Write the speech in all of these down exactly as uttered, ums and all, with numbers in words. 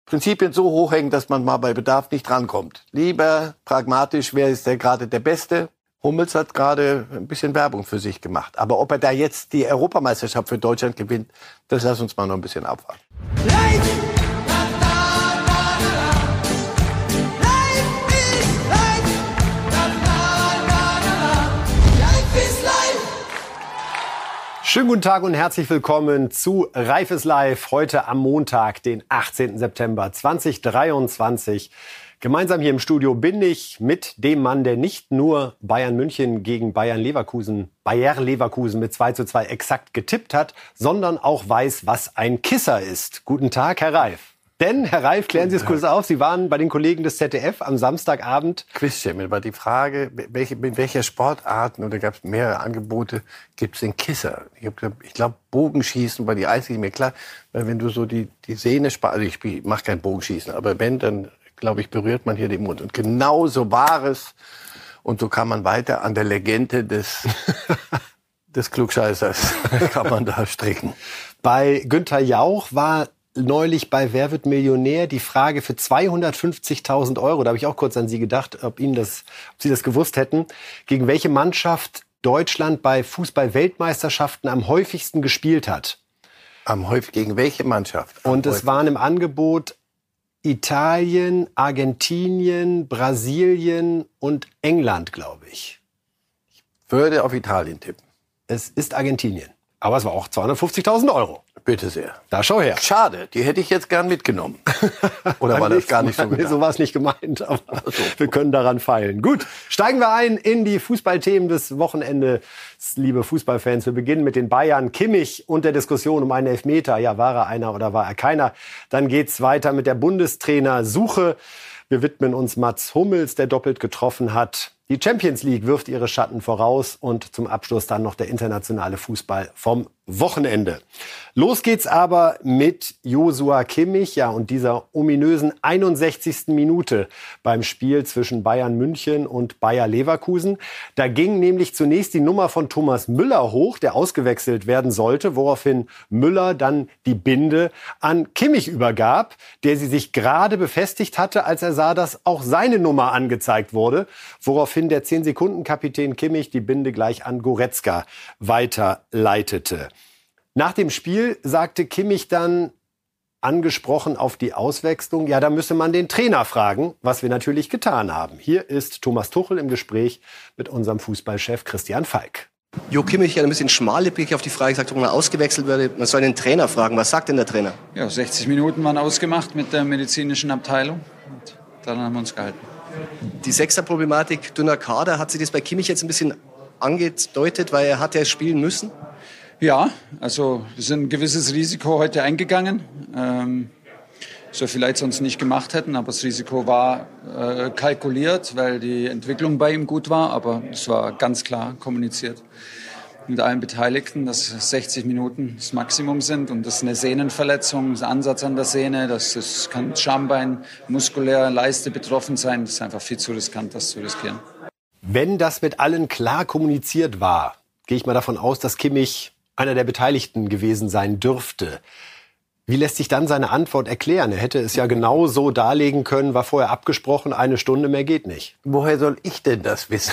Prinzipien so hochhängen, dass man mal bei Bedarf nicht rankommt. Lieber pragmatisch, wer ist der gerade der Beste? Hummels hat gerade ein bisschen Werbung für sich gemacht. Aber ob er da jetzt die Europameisterschaft für Deutschland gewinnt, das lass uns mal noch ein bisschen abwarten. Schönen guten Tag und herzlich willkommen zu Reif ist live, heute am Montag, den achtzehnten September zweitausenddreiundzwanzig. Gemeinsam hier im Studio bin ich mit dem Mann, der nicht nur Bayern München gegen Bayern Leverkusen, Bayer Leverkusen mit zwei zu zwei exakt getippt hat, sondern auch weiß, was ein Kisser ist. Guten Tag, Herr Reif. Denn, Herr Reif, klären Sie es kurz auf, Sie waren bei den Kollegen des Z D F am Samstagabend. Quizchen, war die Frage, welche, mit welcher Sportarten, oder gab es mehrere Angebote, gibt es den Kisser? Ich glaube, glaub, Bogenschießen war die einzige, mir klar, weil wenn du so die, die Sehne sparst, also ich mache kein Bogenschießen, aber wenn, dann, glaube ich, berührt man hier den Mund. Und genau so war es. Und so kann man weiter an der Legende des, des Klugscheißers, kann man da stricken. Bei Günther Jauch war neulich bei Wer wird Millionär die Frage für zweihundertfünfzigtausend Euro, da habe ich auch kurz an Sie gedacht, ob Ihnen das, ob Sie das gewusst hätten, gegen welche Mannschaft Deutschland bei Fußball-Weltmeisterschaften am häufigsten gespielt hat. Am häufig gegen welche Mannschaft? Am Und es häufig. waren im Angebot Italien, Argentinien, Brasilien und England, glaube ich. Ich würde auf Italien tippen. Es ist Argentinien. Aber es war auch zweihundertfünfzigtausend Euro. Bitte sehr. Da schau her. Schade, die hätte ich jetzt gern mitgenommen. Oder war das gar nicht so gedacht? Nee, so war es nicht gemeint, aber also, wir können daran feilen. Gut, steigen wir ein in die Fußballthemen des Wochenendes, liebe Fußballfans. Wir beginnen mit den Bayern. Kimmich und der Diskussion um einen Elfmeter. Ja, war er einer oder war er keiner? Dann geht's weiter mit der Bundestrainersuche. Wir widmen uns Mats Hummels, der doppelt getroffen hat. Die Champions League wirft ihre Schatten voraus und zum Abschluss dann noch der internationale Fußball vom Wochenende. Los geht's aber mit Joshua Kimmich, ja, und dieser ominösen einundsechzigsten Minute beim Spiel zwischen Bayern München und Bayer Leverkusen. Da ging nämlich zunächst die Nummer von Thomas Müller hoch, der ausgewechselt werden sollte, woraufhin Müller dann die Binde an Kimmich übergab, der sie sich gerade befestigt hatte, als er sah, dass auch seine Nummer angezeigt wurde, woraufhin der zehn-Sekunden-Kapitän Kimmich die Binde gleich an Goretzka weiterleitete. Nach dem Spiel sagte Kimmich dann, angesprochen auf die Auswechslung, ja, da müsse man den Trainer fragen, was wir natürlich getan haben. Hier ist Thomas Tuchel im Gespräch mit unserem Fußballchef Christian Falk. Jo Kimmich hat ein bisschen schmallippig auf die Frage gesagt, ob man ausgewechselt werde. Man soll den Trainer fragen. Was sagt denn der Trainer? Ja, sechzig Minuten waren ausgemacht mit der medizinischen Abteilung. Und dann haben wir uns gehalten. Die Sechser-Problematik, dünner Kader, hat sich das bei Kimmich jetzt ein bisschen angedeutet, weil er hat ja spielen müssen? Ja, also wir sind ein gewisses Risiko heute eingegangen, ähm, das wir vielleicht sonst nicht gemacht hätten, aber das Risiko war äh, kalkuliert, weil die Entwicklung bei ihm gut war, aber es war ganz klar kommuniziert mit allen Beteiligten, dass sechzig Minuten das Maximum sind und das ist eine Sehnenverletzung, ein Ansatz an der Sehne, das, das kann Schambein, muskulär, Leiste betroffen sein, das ist einfach viel zu riskant, das zu riskieren. Wenn das mit allen klar kommuniziert war, gehe ich mal davon aus, dass Kimmich einer der Beteiligten gewesen sein dürfte. Wie lässt sich dann seine Antwort erklären? Er hätte es ja genau so darlegen können, war vorher abgesprochen, eine Stunde mehr geht nicht. Woher soll ich denn das wissen?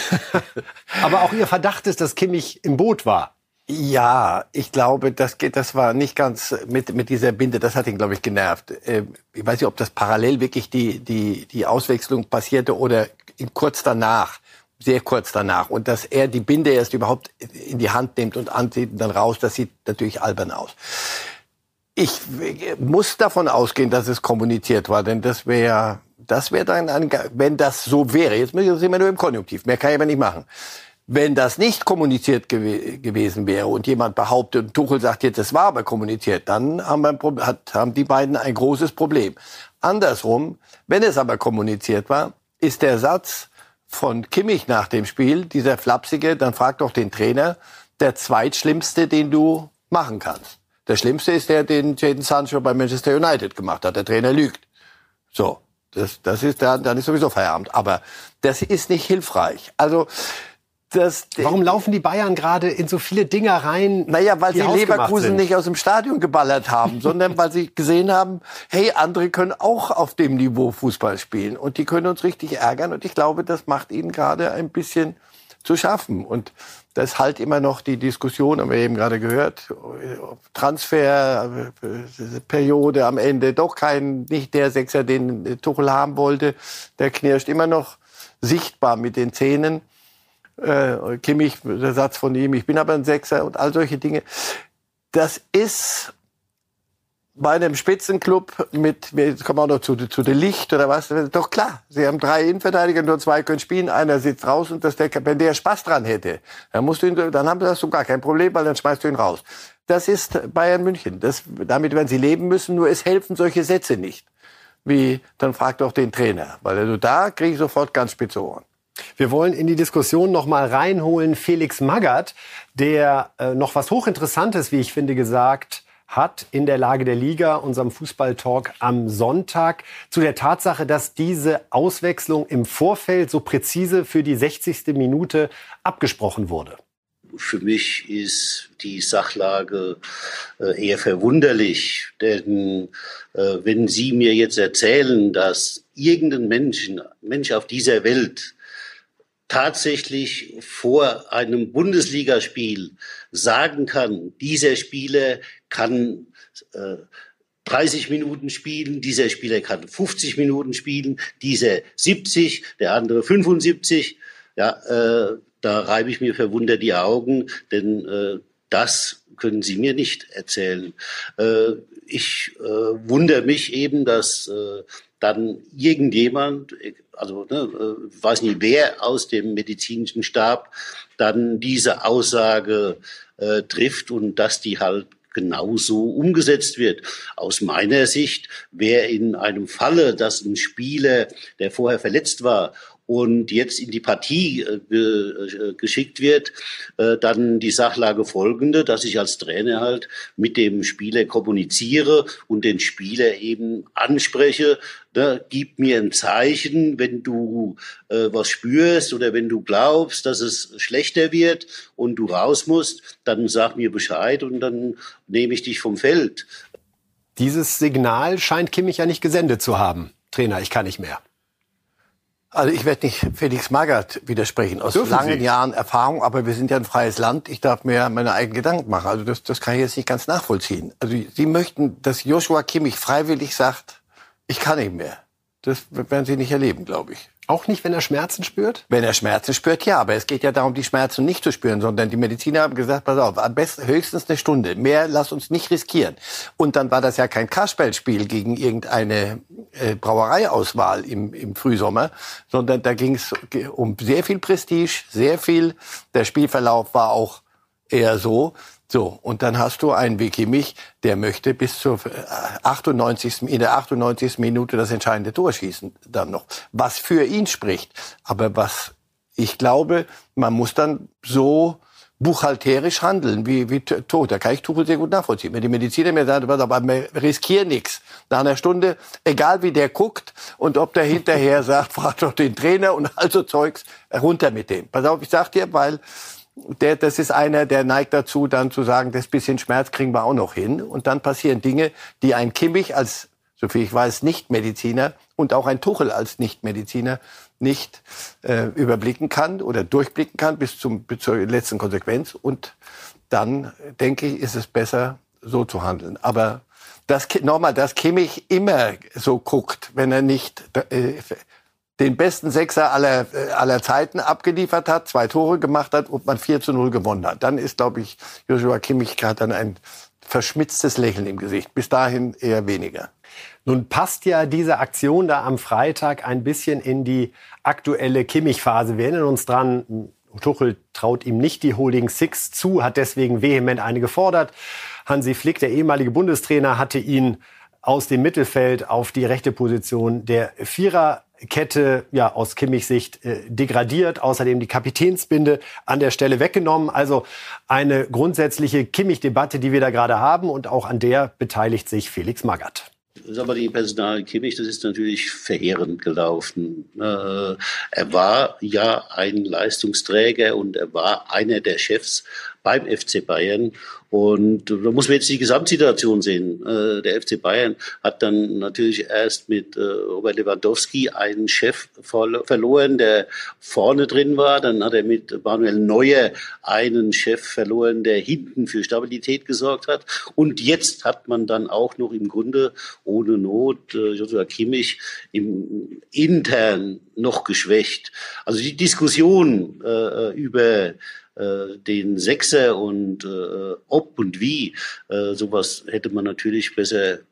Aber auch Ihr Verdacht ist, dass Kimmich im Boot war. Ja, ich glaube, das geht, das war nicht ganz mit, mit dieser Binde, das hat ihn, glaube ich, genervt. Ich weiß nicht, ob das parallel wirklich die, die, die Auswechslung passierte oder kurz danach. Sehr kurz danach. Und dass er die Binde erst überhaupt in die Hand nimmt und anzieht und dann raus, das sieht natürlich albern aus. Ich muss davon ausgehen, dass es kommuniziert war, denn das wäre, das wäre dann, ein, wenn das so wäre, jetzt sind wir nur im Konjunktiv, mehr kann ich aber nicht machen. Wenn das nicht kommuniziert gew- gewesen wäre und jemand behauptet, und Tuchel sagt jetzt, es war aber kommuniziert, dann haben, wir ein Pro- hat, haben die beiden ein großes Problem. Andersrum, wenn es aber kommuniziert war, ist der Satz von Kimmich nach dem Spiel, dieser flapsige, dann frag doch den Trainer, der zweitschlimmste, den du machen kannst. Der schlimmste ist der, den Jadon Sancho bei Manchester United gemacht hat. Der Trainer lügt. So, das, das ist dann, dann ist sowieso Feierabend. Aber das ist nicht hilfreich. Also Das, Warum laufen die Bayern gerade in so viele Dinger rein? Naja, weil sie Leverkusen nicht aus dem Stadion geballert haben, sondern weil sie gesehen haben, hey, andere können auch auf dem Niveau Fußball spielen und die können uns richtig ärgern. Und ich glaube, das macht ihnen gerade ein bisschen zu schaffen. Und das ist halt immer noch die Diskussion, haben wir eben gerade gehört, Transferperiode am Ende, doch kein, nicht der Sechser, den Tuchel haben wollte. Der knirscht immer noch sichtbar mit den Zähnen. Äh, Kimmich, der Satz von ihm, ich bin aber ein Sechser und all solche Dinge. Das ist bei einem Spitzenclub mit, jetzt kommen wir auch noch zu, zu der Licht oder was, doch klar. Sie haben drei Innenverteidiger, nur zwei können spielen, einer sitzt raus und das der, wenn der Spaß dran hätte, dann musst du ihn, dann haben das so gar kein Problem, weil dann schmeißt du ihn raus. Das ist Bayern München. Das, damit werden sie leben müssen, nur es helfen solche Sätze nicht. Wie, dann frag doch den Trainer, weil also da kriege ich sofort ganz spitze Ohren. Wir wollen in die Diskussion noch mal reinholen Felix Magath, der äh, noch was Hochinteressantes, wie ich finde, gesagt hat in der Lage der Liga, unserem Fußballtalk am Sonntag, zu der Tatsache, dass diese Auswechslung im Vorfeld so präzise für die sechzigste Minute abgesprochen wurde. Für mich ist die Sachlage äh, eher verwunderlich, denn äh, wenn Sie mir jetzt erzählen, dass irgendein Menschen, Mensch auf dieser Welt tatsächlich vor einem Bundesligaspiel sagen kann, dieser Spieler kann äh, dreißig Minuten spielen, dieser Spieler kann fünfzig Minuten spielen, dieser siebzig, der andere fünfundsiebzig, ja, äh, da reibe ich mir verwundert die Augen, denn äh, das können Sie mir nicht erzählen. Äh, ich äh, wundere mich eben, dass äh, dann irgendjemand, also ne, äh, weiß nicht wer aus dem medizinischen Stab, dann diese Aussage äh, trifft und dass die halt genauso umgesetzt wird. Aus meiner Sicht wäre in einem Falle, dass ein Spieler, der vorher verletzt war und jetzt in die Partie äh, ge, äh, geschickt wird, äh, dann die Sachlage folgende, dass ich als Trainer halt mit dem Spieler kommuniziere und den Spieler eben anspreche, ne, gib mir ein Zeichen, wenn du äh, was spürst oder wenn du glaubst, dass es schlechter wird und du raus musst, dann sag mir Bescheid und dann nehme ich dich vom Feld. Dieses Signal scheint Kimmich ja nicht gesendet zu haben. Trainer, ich kann nicht mehr. Also ich werde nicht Felix Magath widersprechen, aus Dürfen langen Sie? Jahren Erfahrung, aber wir sind ja ein freies Land, ich darf mir meine eigenen Gedanken machen. Also das, das kann ich jetzt nicht ganz nachvollziehen. Also Sie möchten, dass Joshua Kimmich freiwillig sagt, ich kann nicht mehr. Das werden Sie nicht erleben, glaube ich. Auch nicht, wenn er Schmerzen spürt? Wenn er Schmerzen spürt, ja. Aber es geht ja darum, die Schmerzen nicht zu spüren, sondern die Mediziner haben gesagt, pass auf, am besten höchstens eine Stunde. Mehr lass uns nicht riskieren. Und dann war das ja kein Kasperlspiel gegen irgendeine äh, Brauereiauswahl im, im Frühsommer, sondern da ging es um sehr viel Prestige, sehr viel. Der Spielverlauf war auch eher so. So, und dann hast du einen wie Kimmich, der möchte bis zur achtundneunzigsten in der achtundneunzigsten Minute das entscheidende Tor schießen dann noch. Was für ihn spricht. Aber was ich glaube, man muss dann so buchhalterisch handeln, wie, wie tot. Da kann ich Tuchel sehr gut nachvollziehen. Wenn die Mediziner mir sagen, aber wir riskieren nichts. Nach einer Stunde, egal wie der guckt und ob der hinterher sagt, frag doch den Trainer und also Zeugs, runter mit dem. Pass auf, ich sag dir, weil Der, das ist einer, der neigt dazu, dann zu sagen, das bisschen Schmerz kriegen wir auch noch hin. Und dann passieren Dinge, die ein Kimmich als, soviel ich weiß, Nicht-Mediziner und auch ein Tuchel als Nicht-Mediziner nicht äh, überblicken kann oder durchblicken kann bis, zum, bis zur letzten Konsequenz. Und dann, denke ich, ist es besser, so zu handeln. Aber das, nochmal, dass Kimmich immer so guckt, wenn er nicht äh, den besten Sechser aller, aller Zeiten abgeliefert hat, zwei Tore gemacht hat und man vier zu null gewonnen hat. Dann ist, glaube ich, Joshua Kimmich hat dann ein verschmitztes Lächeln im Gesicht. Bis dahin eher weniger. Nun passt ja diese Aktion da am Freitag ein bisschen in die aktuelle Kimmich-Phase. Wir erinnern uns dran, Tuchel traut ihm nicht die Holding Six zu, hat deswegen vehement eine gefordert. Hansi Flick, der ehemalige Bundestrainer, hatte ihn aus dem Mittelfeld auf die rechte Position der Vierer Kette, ja, aus Kimmichs Sicht äh, degradiert, außerdem die Kapitänsbinde an der Stelle weggenommen. Also eine grundsätzliche Kimmich-Debatte, die wir da gerade haben, und auch an der beteiligt sich Felix Magath. Sag mal, die Personalie Kimmich, das ist natürlich verheerend gelaufen. Äh, er war ja ein Leistungsträger und er war einer der Chefs beim F C Bayern. Und da muss man jetzt die Gesamtsituation sehen. Äh, der F C Bayern hat dann natürlich erst mit äh, Robert Lewandowski einen Chef verlo- verloren, der vorne drin war. Dann hat er mit Manuel Neuer einen Chef verloren, der hinten für Stabilität gesorgt hat. Und jetzt hat man dann auch noch im Grunde ohne Not äh, Joshua Kimmich im, intern noch geschwächt. Also die Diskussion äh, über den Sechser und äh, ob und wie, äh, sowas hätte man natürlich besser äh,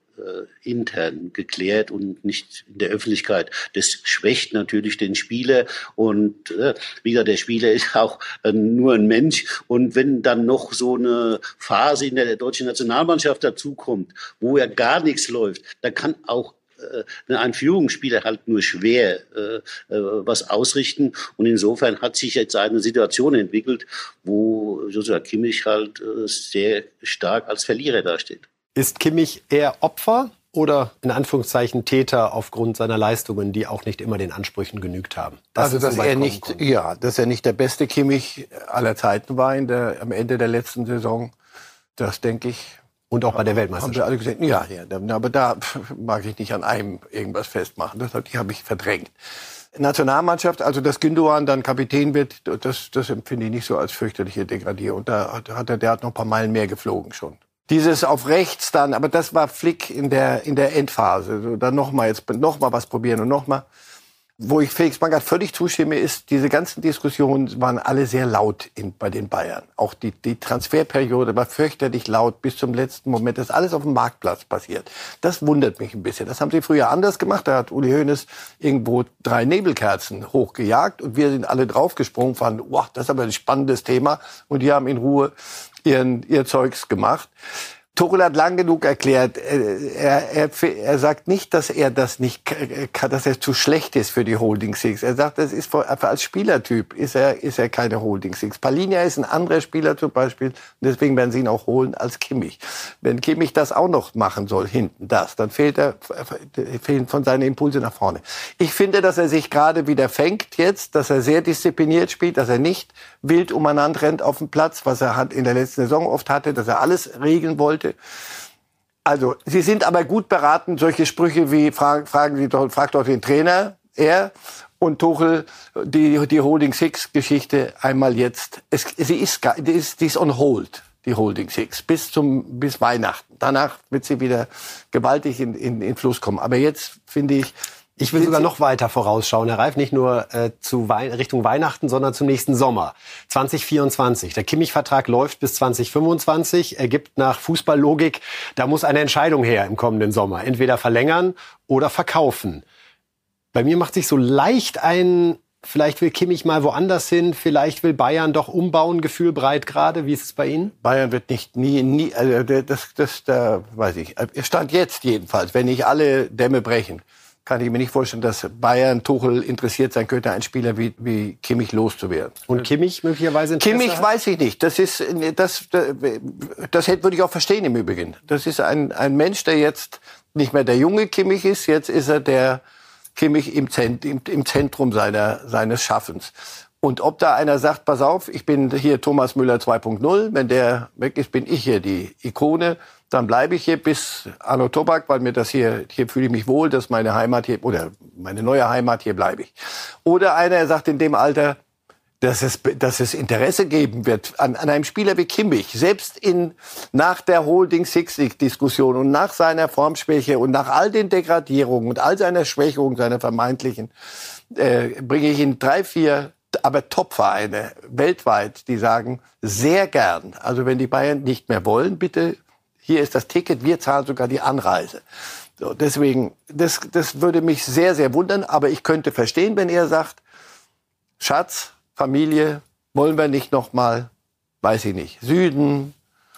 intern geklärt und nicht in der Öffentlichkeit. Das schwächt natürlich den Spieler und äh, wie gesagt, der Spieler ist auch äh, nur ein Mensch und wenn dann noch so eine Phase in der deutschen Nationalmannschaft dazukommt, wo ja gar nichts läuft, dann kann auch ein Führungsspieler halt nur schwer äh, was ausrichten. Und insofern hat sich jetzt eine Situation entwickelt, wo Joshua Kimmich halt äh, sehr stark als Verlierer dasteht. Ist Kimmich eher Opfer oder in Anführungszeichen Täter aufgrund seiner Leistungen, die auch nicht immer den Ansprüchen genügt haben? Das also dass er nicht, kommen. ja, dass er nicht der beste Kimmich aller Zeiten war in der, am Ende der letzten Saison, das denke ich. Und auch bei der Weltmeisterschaft. Haben wir alle gesehen? Ja, ja, aber da mag ich nicht an einem irgendwas festmachen. Das habe ich verdrängt. Nationalmannschaft, also dass Gündoğan dann Kapitän wird, das, das empfinde ich nicht so als fürchterliche Degradierung. Und da hat er, der hat noch ein paar Meilen mehr geflogen schon. Dieses auf rechts dann, aber das war Flick in der, in der Endphase. So, dann noch mal jetzt, noch mal was probieren und noch mal. Wo ich Felix Magath völlig zustimme, ist, diese ganzen Diskussionen waren alle sehr laut in, bei den Bayern. Auch die, die Transferperiode war fürchterlich laut bis zum letzten Moment. Das ist alles auf dem Marktplatz passiert. Das wundert mich ein bisschen. Das haben sie früher anders gemacht. Da hat Uli Hoeneß irgendwo drei Nebelkerzen hochgejagt und wir sind alle draufgesprungen, fanden, wow, das ist aber ein spannendes Thema. Und die haben in Ruhe ihren, ihr Zeugs gemacht. Tuchel hat lang genug erklärt, er, er, er sagt nicht, dass er das nicht kann, dass er zu schlecht ist für die Holding Six. Er sagt, das ist für, als Spielertyp ist er, ist er keine Holding Six. Palinja ist ein anderer Spieler zum Beispiel, und deswegen werden sie ihn auch holen als Kimmich. Wenn Kimmich das auch noch machen soll, hinten das, dann fehlt er, fehlen von seinen Impulse nach vorne. Ich finde, dass er sich gerade wieder fängt jetzt, dass er sehr diszipliniert spielt, dass er nicht wild umeinander rennt auf dem Platz, was er hat in der letzten Saison oft hatte, dass er alles regeln wollte. Also, Sie sind aber gut beraten, solche Sprüche wie, fragen, fragen Sie doch, fragt doch den Trainer, er und Tuchel, die, die Holding Six Geschichte einmal jetzt, es, sie ist, die ist, die ist on hold, die Holding Six, bis zum, bis Weihnachten. Danach wird sie wieder gewaltig in, in, in Fluss kommen. Aber jetzt finde ich, Ich will sogar noch weiter vorausschauen, Herr Reif, nicht nur äh, zu Wei- Richtung Weihnachten, sondern zum nächsten Sommer, zwanzig vierundzwanzig. Der Kimmich-Vertrag läuft bis zwanzig fünfundzwanzig, ergibt nach Fußballlogik, da muss eine Entscheidung her im kommenden Sommer. Entweder verlängern oder verkaufen. Bei mir macht sich so leicht ein, vielleicht will Kimmich mal woanders hin, vielleicht will Bayern doch umbauen, Gefühl breit gerade. Wie ist es bei Ihnen? Bayern wird nicht, nie, nie, also das, das, da weiß ich, Stand jetzt jedenfalls, wenn nicht alle Dämme brechen, kann ich mir nicht vorstellen, dass Bayern, Tuchel interessiert sein könnte, einen Spieler wie, wie Kimmich loszuwerden. Und Kimmich möglicherweise Interesse Kimmich hat? weiß ich nicht. Das ist, das, das, das würde ich auch verstehen im Übrigen. Das ist ein, ein Mensch, der jetzt nicht mehr der junge Kimmich ist. Jetzt ist er der Kimmich im, Zent, im, im Zentrum seiner, seines Schaffens. Und ob da einer sagt, pass auf, ich bin hier Thomas Müller zwei Punkt null, wenn der weg ist, bin ich hier die Ikone, dann bleibe ich hier bis Arno Tobak, weil mir das hier, hier fühle ich mich wohl, dass meine Heimat hier, oder meine neue Heimat, hier bleibe ich. Oder einer sagt in dem Alter, dass es, dass es Interesse geben wird an, an einem Spieler wie Kimmich, selbst in, nach der Holding-Six-Diskussion und nach seiner Formschwäche und nach all den Degradierungen und all seiner Schwächungen, seiner vermeintlichen, äh, bringe ich ihn drei, vier aber Top-Vereine weltweit, die sagen, sehr gern, also wenn die Bayern nicht mehr wollen, bitte, hier ist das Ticket, wir zahlen sogar die Anreise. So, deswegen, das, das würde mich sehr, sehr wundern, aber ich könnte verstehen, wenn er sagt, Schatz, Familie, wollen wir nicht noch mal, weiß ich nicht, Süden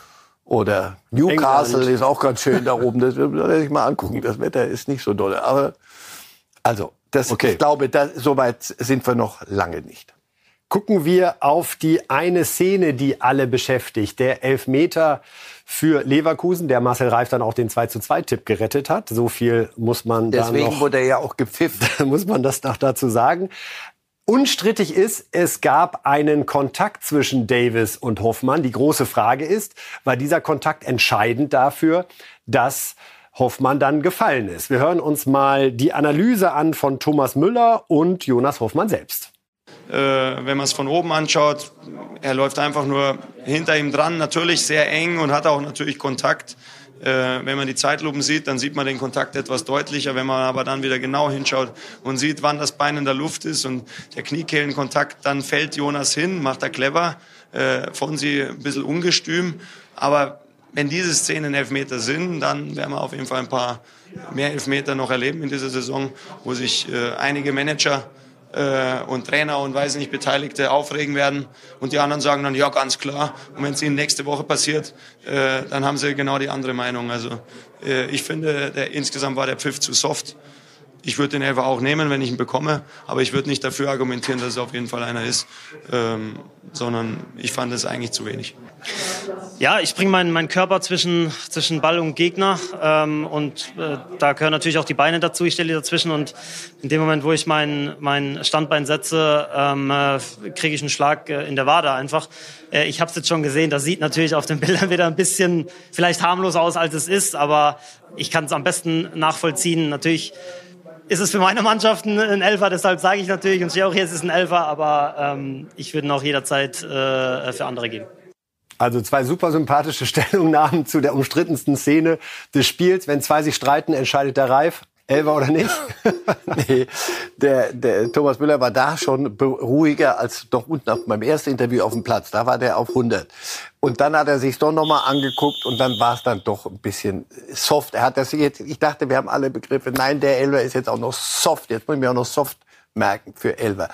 oder Newcastle England. Ist auch ganz schön da oben, das würde ich mal angucken, das Wetter ist nicht so doll, aber also, das, okay. Ich glaube, da, so weit sind wir noch lange nicht. Gucken wir auf die eine Szene, die alle beschäftigt. Der Elfmeter für Leverkusen, der Marcel Reif dann auch den zwei zu zwei Tipp gerettet hat. So viel muss man da noch... Deswegen wurde er ja auch gepfiffen. Muss man das noch dazu sagen. Unstrittig ist, es gab einen Kontakt zwischen Davis und Hoffmann. Die große Frage ist, war dieser Kontakt entscheidend dafür, dass Hoffmann dann gefallen ist? Wir hören uns mal die Analyse an von Thomas Müller und Jonas Hoffmann selbst. Äh, wenn man es von oben anschaut, er läuft einfach nur hinter ihm dran, natürlich sehr eng und hat auch natürlich Kontakt. Äh, wenn man die Zeitlupen sieht, dann sieht man den Kontakt etwas deutlicher. Wenn man aber dann wieder genau hinschaut und sieht, wann das Bein in der Luft ist und der Kniekehlenkontakt, dann fällt Jonas hin, macht er clever, äh, Fonsi ein bisschen ungestüm. Aber wenn diese Szenen Elfmeter sind, dann werden wir auf jeden Fall ein paar mehr Elfmeter noch erleben in dieser Saison, wo sich äh, einige Manager äh, und Trainer und weiß nicht Beteiligte aufregen werden und die anderen sagen dann, ja, ganz klar. Und wenn es ihnen nächste Woche passiert, äh, dann haben sie genau die andere Meinung. Also äh, ich finde, der, insgesamt war der Pfiff zu soft. Ich würde den Elfer auch nehmen, wenn ich ihn bekomme, aber ich würde nicht dafür argumentieren, dass es auf jeden Fall einer ist, ähm, sondern ich fand es eigentlich zu wenig. Ja, ich bringe meinen meinen Körper zwischen zwischen Ball und Gegner ähm, und äh, da gehören natürlich auch die Beine dazu. Ich stelle die dazwischen und in dem Moment, wo ich mein mein Standbein setze, ähm, äh, kriege ich einen Schlag äh, in der Wade einfach. Äh, ich habe es jetzt schon gesehen. Das sieht natürlich auf den Bildern wieder ein bisschen vielleicht harmlos aus, als es ist, aber ich kann es am besten nachvollziehen. Natürlich ist es für meine Mannschaft ein Elfer, deshalb sage ich natürlich und stehe auch hier, es ist ein Elfer, aber ähm, ich würde ihn auch jederzeit äh, für andere geben. Also zwei super sympathische Stellungnahmen zu der umstrittensten Szene des Spiels. Wenn zwei sich streiten, entscheidet der Reif, Elfer oder nicht? Nee, der, der Thomas Müller war da schon ruhiger als doch unten auf meinem ersten Interview auf dem Platz. Da war der auf hundert. Und dann hat er sich doch nochmal angeguckt und dann war es dann doch ein bisschen soft. Er hat das jetzt, ich dachte, wir haben alle Begriffe. Nein, der Elfer ist jetzt auch noch soft. Jetzt muss ich mir auch noch soft merken für Elfer.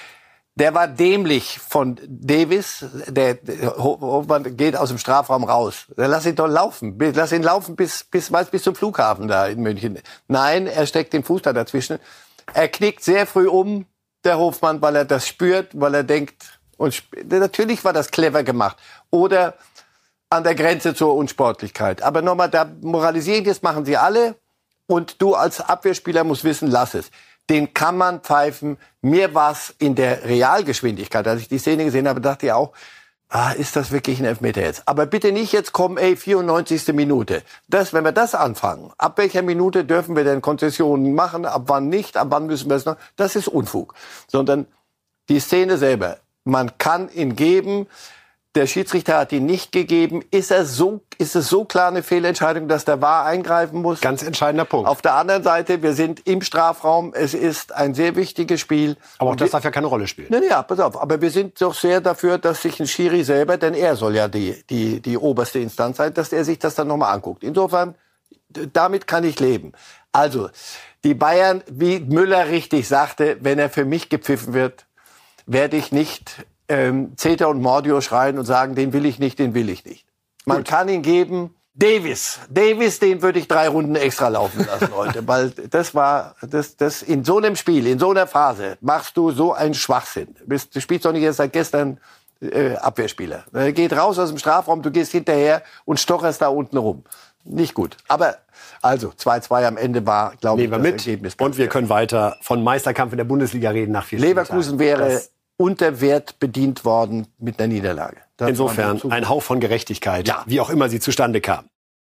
Der war dämlich von Davis. Der, der Hofmann geht aus dem Strafraum raus. Lass ihn doch laufen. Lass ihn laufen bis, bis, bis, bis zum Flughafen da in München. Nein, er steckt den Fuß da dazwischen. Er knickt sehr früh um, der Hofmann, weil er das spürt, weil er denkt, und natürlich war das clever gemacht. Oder an der Grenze zur Unsportlichkeit. Aber nochmal, da moralisieren, das machen sie alle. Und du als Abwehrspieler musst wissen, lass es. Den kann man pfeifen. Mir war es in der Realgeschwindigkeit, als ich die Szene gesehen habe, dachte ich auch, ah, ist das wirklich ein Elfmeter jetzt? Aber bitte nicht jetzt kommen, ey, vierundneunzigste Minute. Das, wenn wir das anfangen, ab welcher Minute dürfen wir denn Konzessionen machen, ab wann nicht, ab wann müssen wir es noch? Das ist Unfug. Sondern die Szene selber. Man kann ihn geben. Der Schiedsrichter hat ihn nicht gegeben. Ist er so, ist es so klar eine Fehlentscheidung, dass der V A R eingreifen muss? Ganz entscheidender Punkt. Auf der anderen Seite, wir sind im Strafraum. Es ist ein sehr wichtiges Spiel. Aber auch das darf ja keine Rolle spielen. Ja, ja, pass auf. Aber wir sind doch sehr dafür, dass sich ein Schiri selber, denn er soll ja die, die, die oberste Instanz sein, dass er sich das dann nochmal anguckt. Insofern, damit kann ich leben. Also, die Bayern, wie Müller richtig sagte, wenn er für mich gepfiffen wird, werde ich nicht ähm, Zeta und Mordio schreien und sagen, den will ich nicht, den will ich nicht. Man Gut. kann ihn geben. Davis, Davis, den würde ich drei Runden extra laufen lassen heute, weil das war, das, das in so einem Spiel, in so einer Phase machst du so einen Schwachsinn. Du, bist, du spielst doch nicht erst seit gestern äh, Abwehrspieler. Er geht raus aus dem Strafraum, du gehst hinterher und stocherst da unten rum. Nicht gut. Aber also zwei zwei am Ende war, glaube ich, das mit. Ergebnis. Und wir können weiter von Meisterkampf in der Bundesliga reden nach vier Leverkusen wäre das unter Wert bedient worden mit einer Niederlage. Das Insofern ein Hauch von Gerechtigkeit, ja. Wie auch immer sie zustande kam.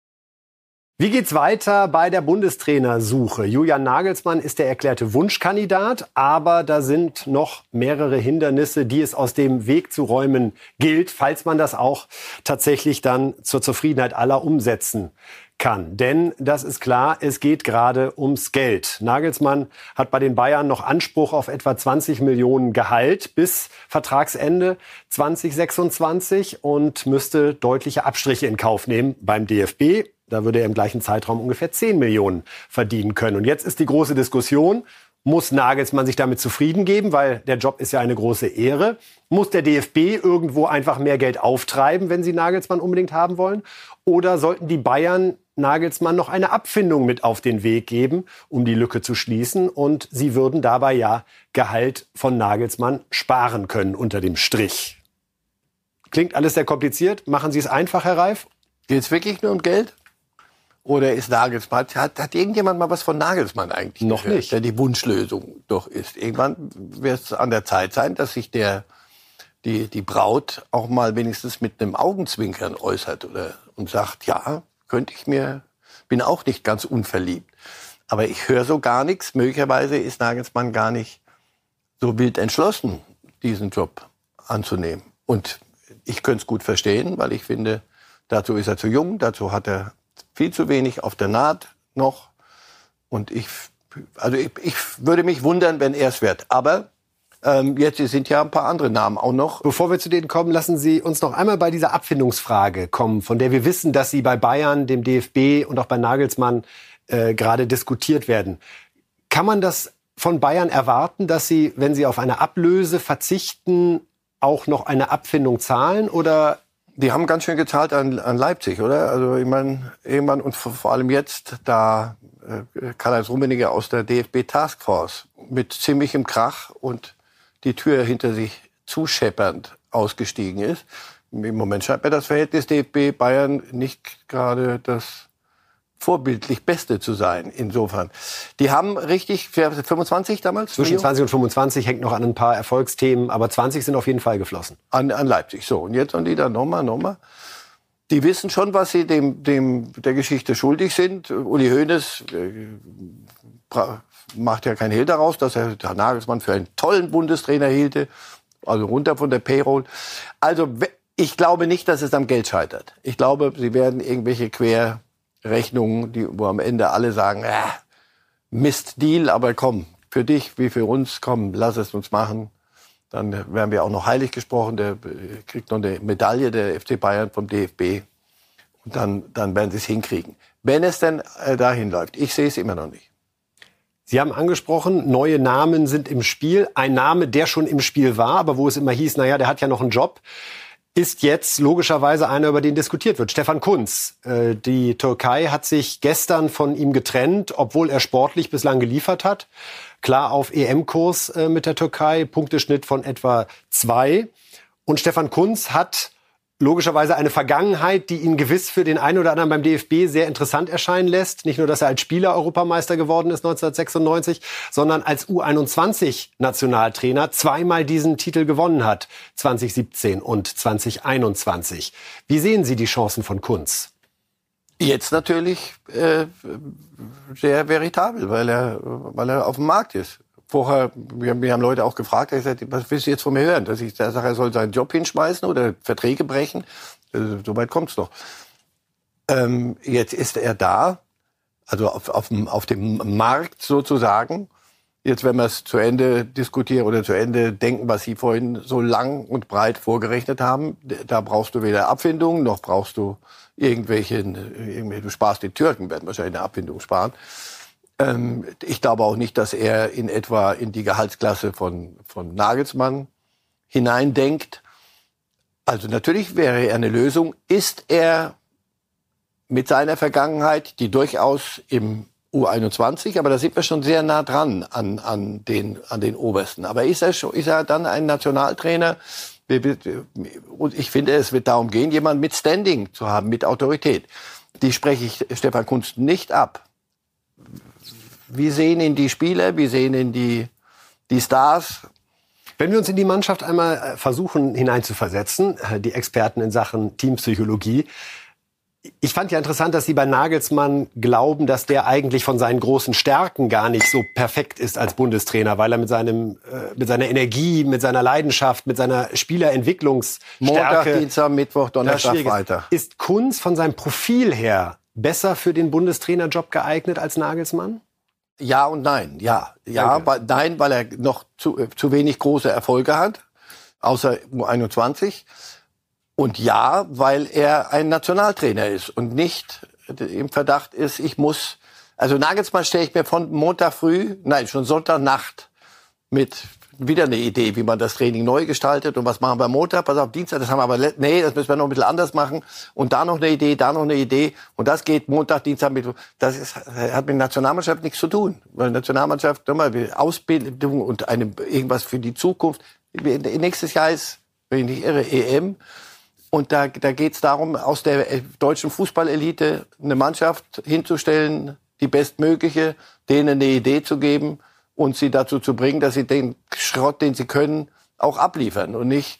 Wie geht's weiter bei der Bundestrainersuche? Julian Nagelsmann ist der erklärte Wunschkandidat, aber da sind noch mehrere Hindernisse, die es aus dem Weg zu räumen gilt, falls man das auch tatsächlich dann zur Zufriedenheit aller umsetzen kann. Denn das ist klar, es geht gerade ums Geld. Nagelsmann hat bei den Bayern noch Anspruch auf etwa zwanzig Millionen Gehalt bis Vertragsende zwanzig sechsundzwanzig und müsste deutliche Abstriche in Kauf nehmen beim D F B. Da würde er im gleichen Zeitraum ungefähr zehn Millionen verdienen können. Und jetzt ist die große Diskussion, muss Nagelsmann sich damit zufrieden geben, weil der Job ist ja eine große Ehre? Muss der D F B irgendwo einfach mehr Geld auftreiben, wenn sie Nagelsmann unbedingt haben wollen? Oder sollten die Bayern Nagelsmann noch eine Abfindung mit auf den Weg geben, um die Lücke zu schließen. Und sie würden dabei ja Gehalt von Nagelsmann sparen können unter dem Strich. Klingt alles sehr kompliziert. Machen Sie es einfach, Herr Reif? Geht es wirklich nur um Geld? Oder ist Nagelsmann, hat, hat irgendjemand mal was von Nagelsmann eigentlich Noch gehört, nicht. der die Wunschlösung doch ist? Irgendwann wird es an der Zeit sein, dass sich der, die, die Braut auch mal wenigstens mit einem Augenzwinkern äußert oder, und sagt, ja, könnte ich mir, bin auch nicht ganz unverliebt. Aber ich höre so gar nichts. Möglicherweise ist Nagelsmann gar nicht so wild entschlossen, diesen Job anzunehmen. Und ich könnte es gut verstehen, weil ich finde, dazu ist er zu jung, dazu hat er viel zu wenig auf der Naht noch. Und ich, also ich, ich würde mich wundern, wenn er es wird. Aber ähm, jetzt sind ja ein paar andere Namen auch noch. Bevor wir zu denen kommen, lassen Sie uns noch einmal bei dieser Abfindungsfrage kommen, von der wir wissen, dass sie bei Bayern, dem D F B und auch bei Nagelsmann äh, gerade diskutiert werden. Kann man das von Bayern erwarten, dass sie, wenn sie auf eine Ablöse verzichten, auch noch eine Abfindung zahlen? Oder die haben ganz schön gezahlt an, an Leipzig, oder? Also ich meine, irgendwann und vor, vor allem jetzt, da äh, Karl-Heinz Rummenigge aus der D F B-Taskforce mit ziemlichem Krach und die Tür hinter sich zuscheppernd ausgestiegen ist. Im Moment scheint mir das Verhältnis D F B-Bayern nicht gerade das vorbildlich Beste zu sein, insofern. Die haben richtig, fünfundzwanzig damals? Zwischen zwanzig und fünfundzwanzig hängt noch an ein paar Erfolgsthemen, aber zwanzig sind auf jeden Fall geflossen. An, an Leipzig, so. Und jetzt sollen die da nochmal, nochmal. Die wissen schon, was sie dem, dem, der Geschichte schuldig sind. Uli Hoeneß äh, macht ja kein Hehl daraus, dass er Herr Nagelsmann für einen tollen Bundestrainer hielte. Also runter von der Payroll. Also, ich glaube nicht, dass es am Geld scheitert. Ich glaube, sie werden irgendwelche quer Rechnungen, die, wo am Ende alle sagen, äh, Mist-Deal, aber komm, für dich wie für uns, komm, lass es uns machen. Dann werden wir auch noch heilig gesprochen, der kriegt noch eine Medaille, der F C Bayern vom D F B. Und dann, dann werden sie es hinkriegen. Wenn es denn äh, dahin läuft. Ich sehe es immer noch nicht. Sie haben angesprochen, neue Namen sind im Spiel. Ein Name, der schon im Spiel war, aber wo es immer hieß, naja, der hat ja noch einen Job, ist jetzt logischerweise einer, über den diskutiert wird. Stefan Kuntz. Äh, die Türkei hat sich gestern von ihm getrennt, obwohl er sportlich bislang geliefert hat. Klar auf E M-Kurs äh, mit der Türkei, Punkteschnitt von etwa zwei. Und Stefan Kuntz hat logischerweise eine Vergangenheit, die ihn gewiss für den einen oder anderen beim D F B sehr interessant erscheinen lässt. Nicht nur, dass er als Spieler Europameister geworden ist neunzehnhundertsechsundneunzig, sondern als U einundzwanzig-Nationaltrainer zweimal diesen Titel gewonnen hat, zwanzig siebzehn und zwanzig einundzwanzig. Wie sehen Sie die Chancen von Kuntz? Jetzt natürlich äh, sehr veritabel, weil er, weil er auf dem Markt ist. Vorher, wir haben, wir haben Leute auch gefragt, er gesagt, was willst du jetzt von mir hören? Dass ich da sage, er soll seinen Job hinschmeißen oder Verträge brechen? Also, so weit kommt's doch. Ähm, jetzt ist er da, also auf, auf, dem, auf dem Markt sozusagen. Jetzt, wenn wir es zu Ende diskutieren oder zu Ende denken, was Sie vorhin so lang und breit vorgerechnet haben, da brauchst du weder Abfindungen, noch brauchst du irgendwelche, irgendwelche du sparst die Türken, werden wahrscheinlich eine Abfindung sparen. Ähm, ich glaube auch nicht, dass er in etwa in die Gehaltsklasse von, von Nagelsmann hineindenkt. Also natürlich wäre er eine Lösung. Ist er mit seiner Vergangenheit, die durchaus im U einundzwanzig, aber da sind wir schon sehr nah dran an, an, den, an den Obersten. Aber ist er, schon, ist er dann ein Nationaltrainer? Und ich finde, es wird darum gehen, jemanden mit Standing zu haben, mit Autorität. Die spreche ich Stefan Kuntz nicht ab. Wie sehen ihn die Spieler, wie sehen ihn die, die Stars? Wenn wir uns in die Mannschaft einmal versuchen hineinzuversetzen, die Experten in Sachen Teampsychologie. Ich fand ja interessant, dass Sie bei Nagelsmann glauben, dass der eigentlich von seinen großen Stärken gar nicht so perfekt ist als Bundestrainer, weil er mit seinem, äh, mit seiner Energie, mit seiner Leidenschaft, mit seiner Spielerentwicklungsstärke... Montag, Dienstag, Mittwoch, Donnerstag, Freitag. Ist Kuntz von seinem Profil her besser für den Bundestrainerjob geeignet als Nagelsmann? Ja und nein. Ja, ja, weil, nein, weil er noch zu, zu wenig große Erfolge hat, außer U einundzwanzig. Und ja, weil er ein Nationaltrainer ist und nicht im Verdacht ist, ich muss, also Nagelsmann stelle ich mir von Montag früh, nein, schon Sonntagnacht mit wieder eine Idee, wie man das Training neu gestaltet und was machen wir am Montag, pass auf, Dienstag, das haben wir aber, nee, das müssen wir noch ein bisschen anders machen und da noch eine Idee, da noch eine Idee und das geht Montag, Dienstag, Mittwoch. Das ist, hat mit der Nationalmannschaft nichts zu tun, weil Nationalmannschaft, nochmal, Ausbildung und eine, irgendwas für die Zukunft. Nächstes Jahr ist, wenn ich nicht irre, E M und da, da geht es darum, aus der deutschen Fußballelite eine Mannschaft hinzustellen, die bestmögliche, denen eine Idee zu geben und sie dazu zu bringen, dass sie den Schrott, den sie können, auch abliefern und nicht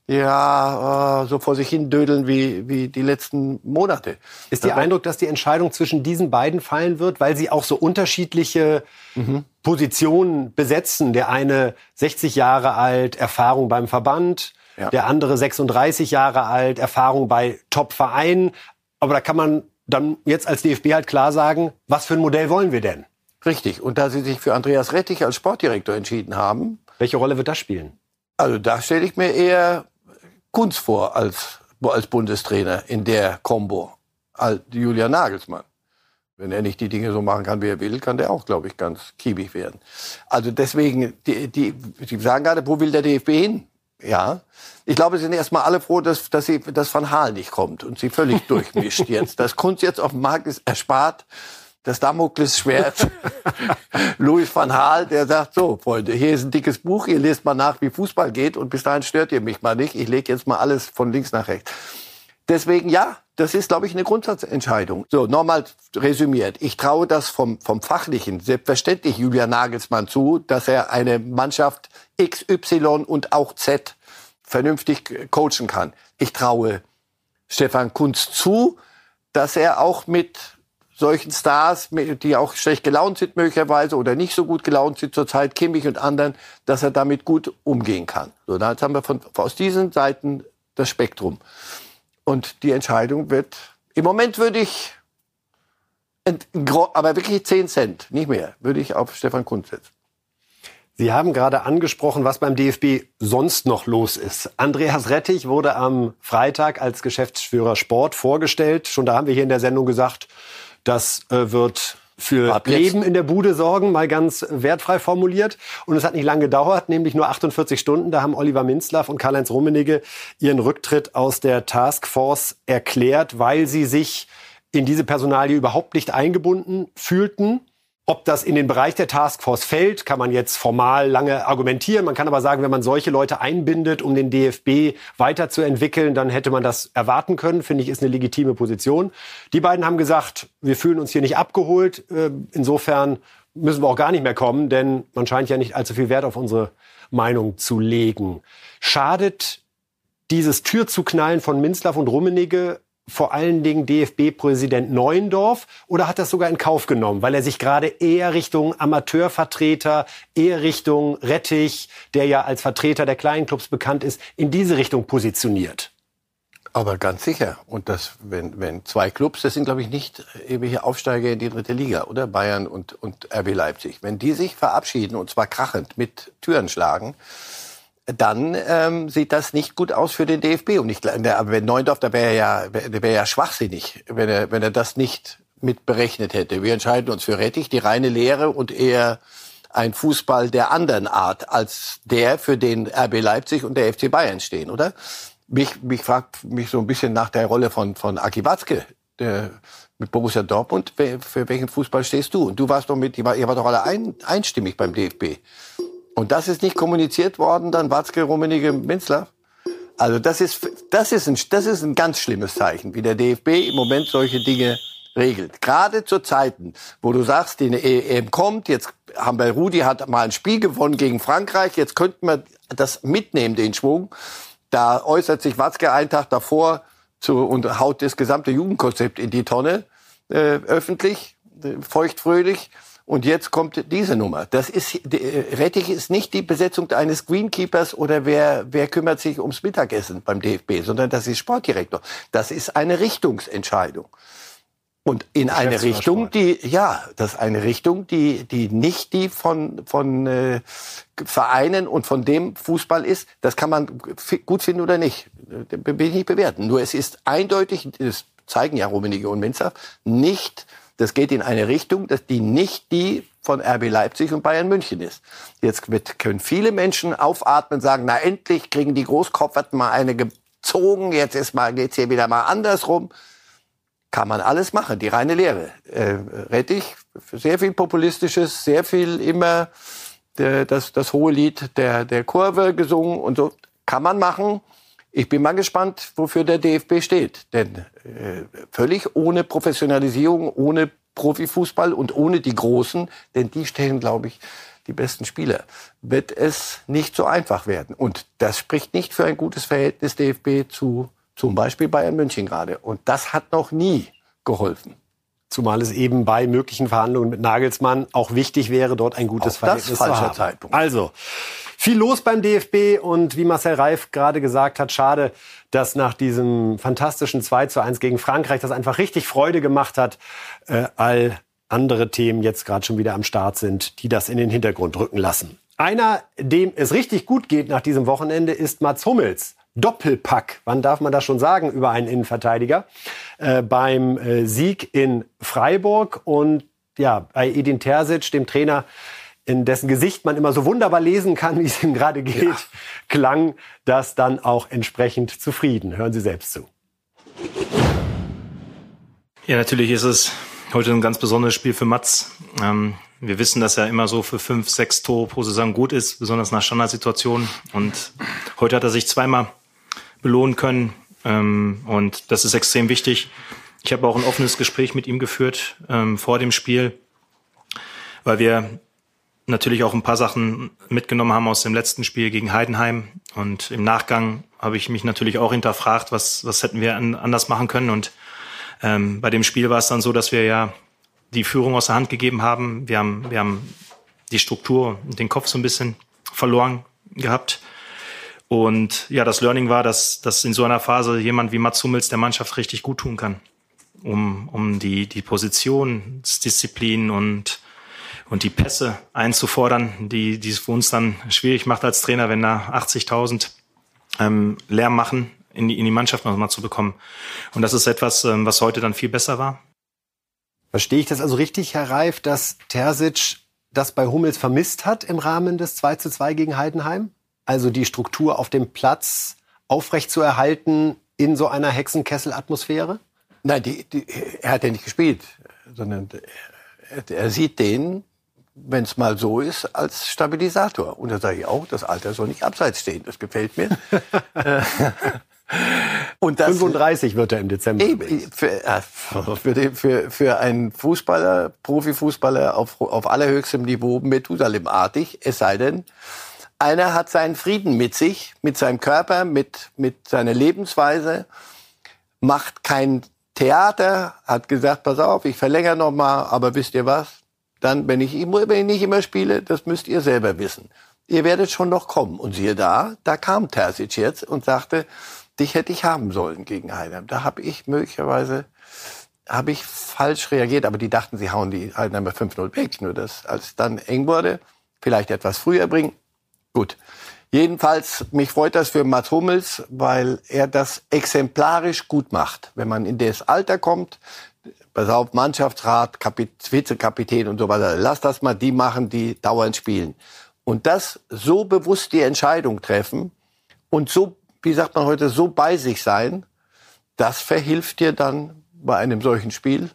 ja so vor sich hin dödeln wie wie die letzten Monate. Ist Ihr Eindruck, dass die Entscheidung zwischen diesen beiden fallen wird, weil sie auch so unterschiedliche mhm. Positionen besetzen? Der eine sechzig Jahre alt, Erfahrung beim Verband, ja. der andere sechsunddreißig Jahre alt, Erfahrung bei Top-Vereinen. Aber da kann man dann jetzt als D F B halt klar sagen, was für ein Modell wollen wir denn? Richtig. Und da Sie sich für Andreas Rettich als Sportdirektor entschieden haben. Welche Rolle wird das spielen? Also da stelle ich mir eher Kunz vor als, als Bundestrainer in der Kombo. Als Julian Nagelsmann. Wenn er nicht die Dinge so machen kann, wie er will, kann der auch, glaube ich, ganz kiebig werden. Also deswegen, die, die, Sie sagen gerade, wo will der D F B hin? Ja. Ich glaube, Sie sind erstmal alle froh, dass, dass, sie, dass Van Gaal nicht kommt und sie völlig durchmischt jetzt. Dass Kunz jetzt auf dem Markt ist, erspart. Das Damoklesschwert, Louis van Gaal, der sagt, so, Freunde, hier ist ein dickes Buch, ihr lest mal nach, wie Fußball geht und bis dahin stört ihr mich mal nicht. Ich lege jetzt mal alles von links nach rechts. Deswegen, ja, das ist, glaube ich, eine Grundsatzentscheidung. So, nochmal resümiert. Ich traue das vom, vom Fachlichen selbstverständlich Julian Nagelsmann zu, dass er eine Mannschaft X, Y und auch Z vernünftig coachen kann. Ich traue Stefan Kunz zu, dass er auch mit solchen Stars, die auch schlecht gelaunt sind möglicherweise oder nicht so gut gelaunt sind zurzeit, Kimmich und anderen, dass er damit gut umgehen kann. So, da haben wir von, aus diesen Seiten das Spektrum. Und die Entscheidung wird, im Moment würde ich, aber wirklich zehn Cent, nicht mehr, würde ich auf Stefan Kunz setzen. Sie haben gerade angesprochen, was beim D F B sonst noch los ist. Andreas Rettich wurde am Freitag als Geschäftsführer Sport vorgestellt. Schon da haben wir hier in der Sendung gesagt, das äh, wird für Leben in der Bude sorgen, mal ganz wertfrei formuliert. Und es hat nicht lange gedauert, nämlich nur achtundvierzig Stunden. Da haben Oliver Minzlaff und Karl-Heinz Rummenigge ihren Rücktritt aus der Taskforce erklärt, weil sie sich in diese Personalie überhaupt nicht eingebunden fühlten. Ob das in den Bereich der Taskforce fällt, kann man jetzt formal lange argumentieren. Man kann aber sagen, wenn man solche Leute einbindet, um den D F B weiterzuentwickeln, dann hätte man das erwarten können. Finde ich, ist eine legitime Position. Die beiden haben gesagt, wir fühlen uns hier nicht abgeholt. Insofern müssen wir auch gar nicht mehr kommen, denn man scheint ja nicht allzu viel Wert auf unsere Meinung zu legen. Schadet dieses Türzuknallen von Minzlaff und Rummenigge vor allen Dingen D F B-Präsident Neuendorf oder hat das sogar in Kauf genommen, weil er sich gerade eher Richtung Amateurvertreter, eher Richtung Rettich, der ja als Vertreter der kleinen Clubs bekannt ist, in diese Richtung positioniert? Aber ganz sicher. Und das, wenn, wenn zwei Clubs, das sind, glaube ich, nicht irgendwelche Aufsteiger in die dritte Liga, oder? Bayern und, und R B Leipzig. Wenn die sich verabschieden, und zwar krachend, mit Türen schlagen, dann ähm, sieht das nicht gut aus für den D F B. Und ich, aber wenn Neuendorf, da wäre er ja, der wäre ja schwachsinnig, wenn er, wenn er das nicht mit berechnet hätte. Wir entscheiden uns für Rettich, die reine Lehre und eher ein Fußball der anderen Art als der, für den R B Leipzig und der F C Bayern stehen, oder? Mich, mich fragt mich so ein bisschen nach der Rolle von, von Aki Watzke, der, mit Borussia Dortmund. Für welchen Fußball stehst du? Und du warst doch mit, ihr wart doch alle ein, einstimmig beim D F B. Und das ist nicht kommuniziert worden, dann Watzke, Rummenigge, Minzlaff. Also das ist, das ist ein, das ist ein ganz schlimmes Zeichen, wie der D F B im Moment solche Dinge regelt. Gerade zu Zeiten, wo du sagst, die E M kommt, jetzt haben wir, Rudi hat mal ein Spiel gewonnen gegen Frankreich, jetzt könnten wir das mitnehmen, den Schwung. Da äußert sich Watzke einen Tag davor zu, und haut das gesamte Jugendkonzept in die Tonne, äh, öffentlich, äh, feuchtfröhlich. Und jetzt kommt diese Nummer. Das ist, Rettich ist nicht die Besetzung eines Greenkeepers oder wer, wer kümmert sich ums Mittagessen beim D F B, sondern das ist Sportdirektor. Das ist eine Richtungsentscheidung. Und in eine Richtung, die, ja, das ist eine Richtung, die, die nicht die von, von, äh, Vereinen und von dem Fußball ist. Das kann man gut finden oder nicht. Bin ich nicht bewerten. Nur es ist eindeutig, das zeigen ja Rummenigge und Minzlaff, nicht, das geht in eine Richtung, dass die nicht die von R B Leipzig und Bayern München ist. Jetzt wird, können viele Menschen aufatmen und sagen, na endlich kriegen die Großkopferten mal eine gezogen, jetzt ist mal, geht's hier wieder mal andersrum. Kann man alles machen, die reine Lehre. Äh, Rettich, sehr viel Populistisches, sehr viel immer der, das, das hohe Lied der, der Kurve gesungen und so. Kann man machen. Ich bin mal gespannt, wofür der D F B steht. Denn äh, völlig ohne Professionalisierung, ohne Profifußball und ohne die Großen, denn die stellen, glaube ich, die besten Spieler, wird es nicht so einfach werden. Und das spricht nicht für ein gutes Verhältnis D F B zu zum Beispiel Bayern München gerade. Und das hat noch nie geholfen. Zumal es eben bei möglichen Verhandlungen mit Nagelsmann auch wichtig wäre, dort ein gutes auch Verhältnis zu haben. Zeitpunkt. Also, viel los beim D F B und wie Marcel Reif gerade gesagt hat, schade, dass nach diesem fantastischen zwei zu eins gegen Frankreich das einfach richtig Freude gemacht hat, äh, all andere Themen jetzt gerade schon wieder am Start sind, die das in den Hintergrund rücken lassen. Einer, dem es richtig gut geht nach diesem Wochenende, ist Mats Hummels. Doppelpack, wann darf man das schon sagen über einen Innenverteidiger? Äh, beim äh, Sieg in Freiburg und ja, bei Edin Terzic, dem Trainer, in dessen Gesicht man immer so wunderbar lesen kann, wie es ihm gerade geht, ja, klang das dann auch entsprechend zufrieden. Hören Sie selbst zu. Ja, natürlich ist es heute ein ganz besonderes Spiel für Mats. Ähm, wir wissen, dass er immer so für fünf, sechs Tore pro Saison gut ist, besonders nach Standardsituationen. Und heute hat er sich zweimal belohnen können. Ähm, und das ist extrem wichtig. Ich habe auch ein offenes Gespräch mit ihm geführt ähm, vor dem Spiel, weil wir natürlich auch ein paar Sachen mitgenommen haben aus dem letzten Spiel gegen Heidenheim. Und im Nachgang habe ich mich natürlich auch hinterfragt, was, was hätten wir an, anders machen können. Und ähm, bei dem Spiel war es dann so, dass wir ja die Führung aus der Hand gegeben haben. Wir haben, wir haben die Struktur und den Kopf so ein bisschen verloren gehabt. Und ja, das Learning war, dass, dass in so einer Phase jemand wie Mats Hummels der Mannschaft richtig gut tun kann, um, um die, die Positionsdisziplin und und die Pässe einzufordern, die, die es für uns dann schwierig macht als Trainer, wenn da achtzigtausend ähm, Lärm machen, in die, in die Mannschaft noch mal zu bekommen. Und das ist etwas, ähm, was heute dann viel besser war. Verstehe ich das also richtig, Herr Reif, dass Terzic das bei Hummels vermisst hat im Rahmen des zwei zu zwei gegen Heidenheim? Also die Struktur auf dem Platz aufrechtzuerhalten in so einer Hexenkessel-Atmosphäre? Nein, die, die, er hat ja nicht gespielt, sondern er, er sieht den, wenn es mal so ist, als Stabilisator. Und da sage ich auch, das Alter soll nicht abseits stehen. Das gefällt mir. Und das, fünfunddreißig wird er im Dezember. Eben, für, für, den, für, für einen Fußballer, Profifußballer auf, auf allerhöchstem Niveau, Methusalem-artig, es sei denn, einer hat seinen Frieden mit sich, mit seinem Körper, mit, mit seiner Lebensweise, macht kein Theater, hat gesagt, pass auf, ich verlängere noch mal, aber wisst ihr was? Dann, wenn ich, wenn ich nicht immer spiele, das müsst ihr selber wissen. Ihr werdet schon noch kommen. Und siehe da, da kam Terzic jetzt und sagte, dich hätte ich haben sollen gegen Heidenheim. Da habe ich möglicherweise, habe ich falsch reagiert, aber die dachten, sie hauen die Heidenheimer fünf null weg. Nur dass, als es dann eng wurde, vielleicht etwas früher bringen. Gut. Jedenfalls, mich freut das für Mats Hummels, weil er das exemplarisch gut macht. Wenn man in das Alter kommt, pass auf, Mannschaftsrat, Kapit- Vizekapitän und so weiter, lass das mal die machen, die dauernd spielen. Und das so bewusst die Entscheidung treffen und so, wie sagt man heute, so bei sich sein, das verhilft dir dann bei einem solchen Spiel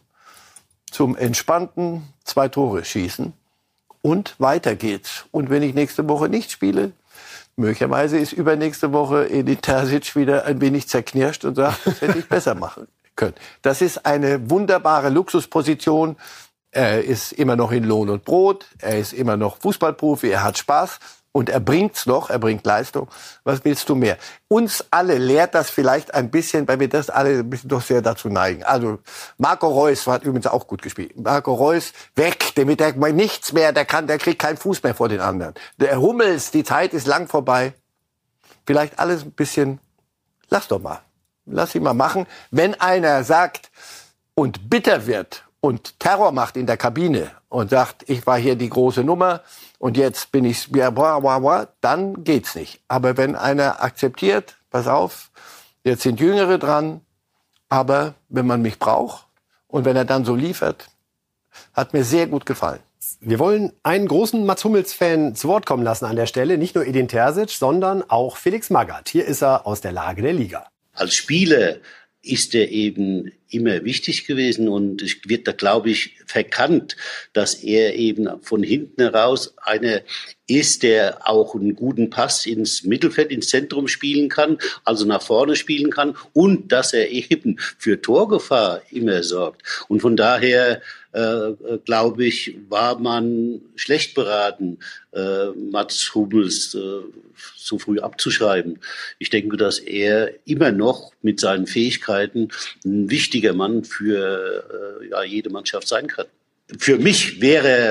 zum entspannten zwei Tore schießen und weiter geht's. Und wenn ich nächste Woche nicht spiele, möglicherweise ist übernächste Woche Edin Terzic wieder ein wenig zerknirscht und sagt, das hätte ich besser machen können. Das ist eine wunderbare Luxusposition. Er ist immer noch in Lohn und Brot. Er ist immer noch Fußballprofi. Er hat Spaß. Und er bringt's noch. Er bringt Leistung. Was willst du mehr? Uns alle lehrt das vielleicht ein bisschen, weil wir das alle ein bisschen doch sehr dazu neigen. Also, Marco Reus hat übrigens auch gut gespielt. Marco Reus, weg. Der mit der nichts mehr. Der kann, der kriegt keinen Fuß mehr vor den anderen. Der Hummels, die Zeit ist lang vorbei. Vielleicht alles ein bisschen, lass doch mal. Lass ihn mal machen. Wenn einer sagt und bitter wird und Terror macht in der Kabine und sagt, ich war hier die große Nummer und jetzt bin ich, ja, blah, blah, blah, dann geht's nicht. Aber wenn einer akzeptiert, pass auf, jetzt sind Jüngere dran, aber wenn man mich braucht und wenn er dann so liefert, hat mir sehr gut gefallen. Wir wollen einen großen Mats Hummels-Fan zu Wort kommen lassen an der Stelle. Nicht nur Edin Terzic, sondern auch Felix Magath. Hier ist er aus der Lage der Liga. Als Spieler ist er eben immer wichtig gewesen und es wird da, glaube ich, verkannt, dass er eben von hinten heraus einer ist, der auch einen guten Pass ins Mittelfeld, ins Zentrum spielen kann, also nach vorne spielen kann und dass er eben für Torgefahr immer sorgt. Und von daher äh, glaube ich, war man schlecht beraten, äh, Mats Hummels äh, so früh abzuschreiben. Ich denke, dass er immer noch mit seinen Fähigkeiten ein wichtiger Mann für äh, ja, jede Mannschaft sein kann. Für mich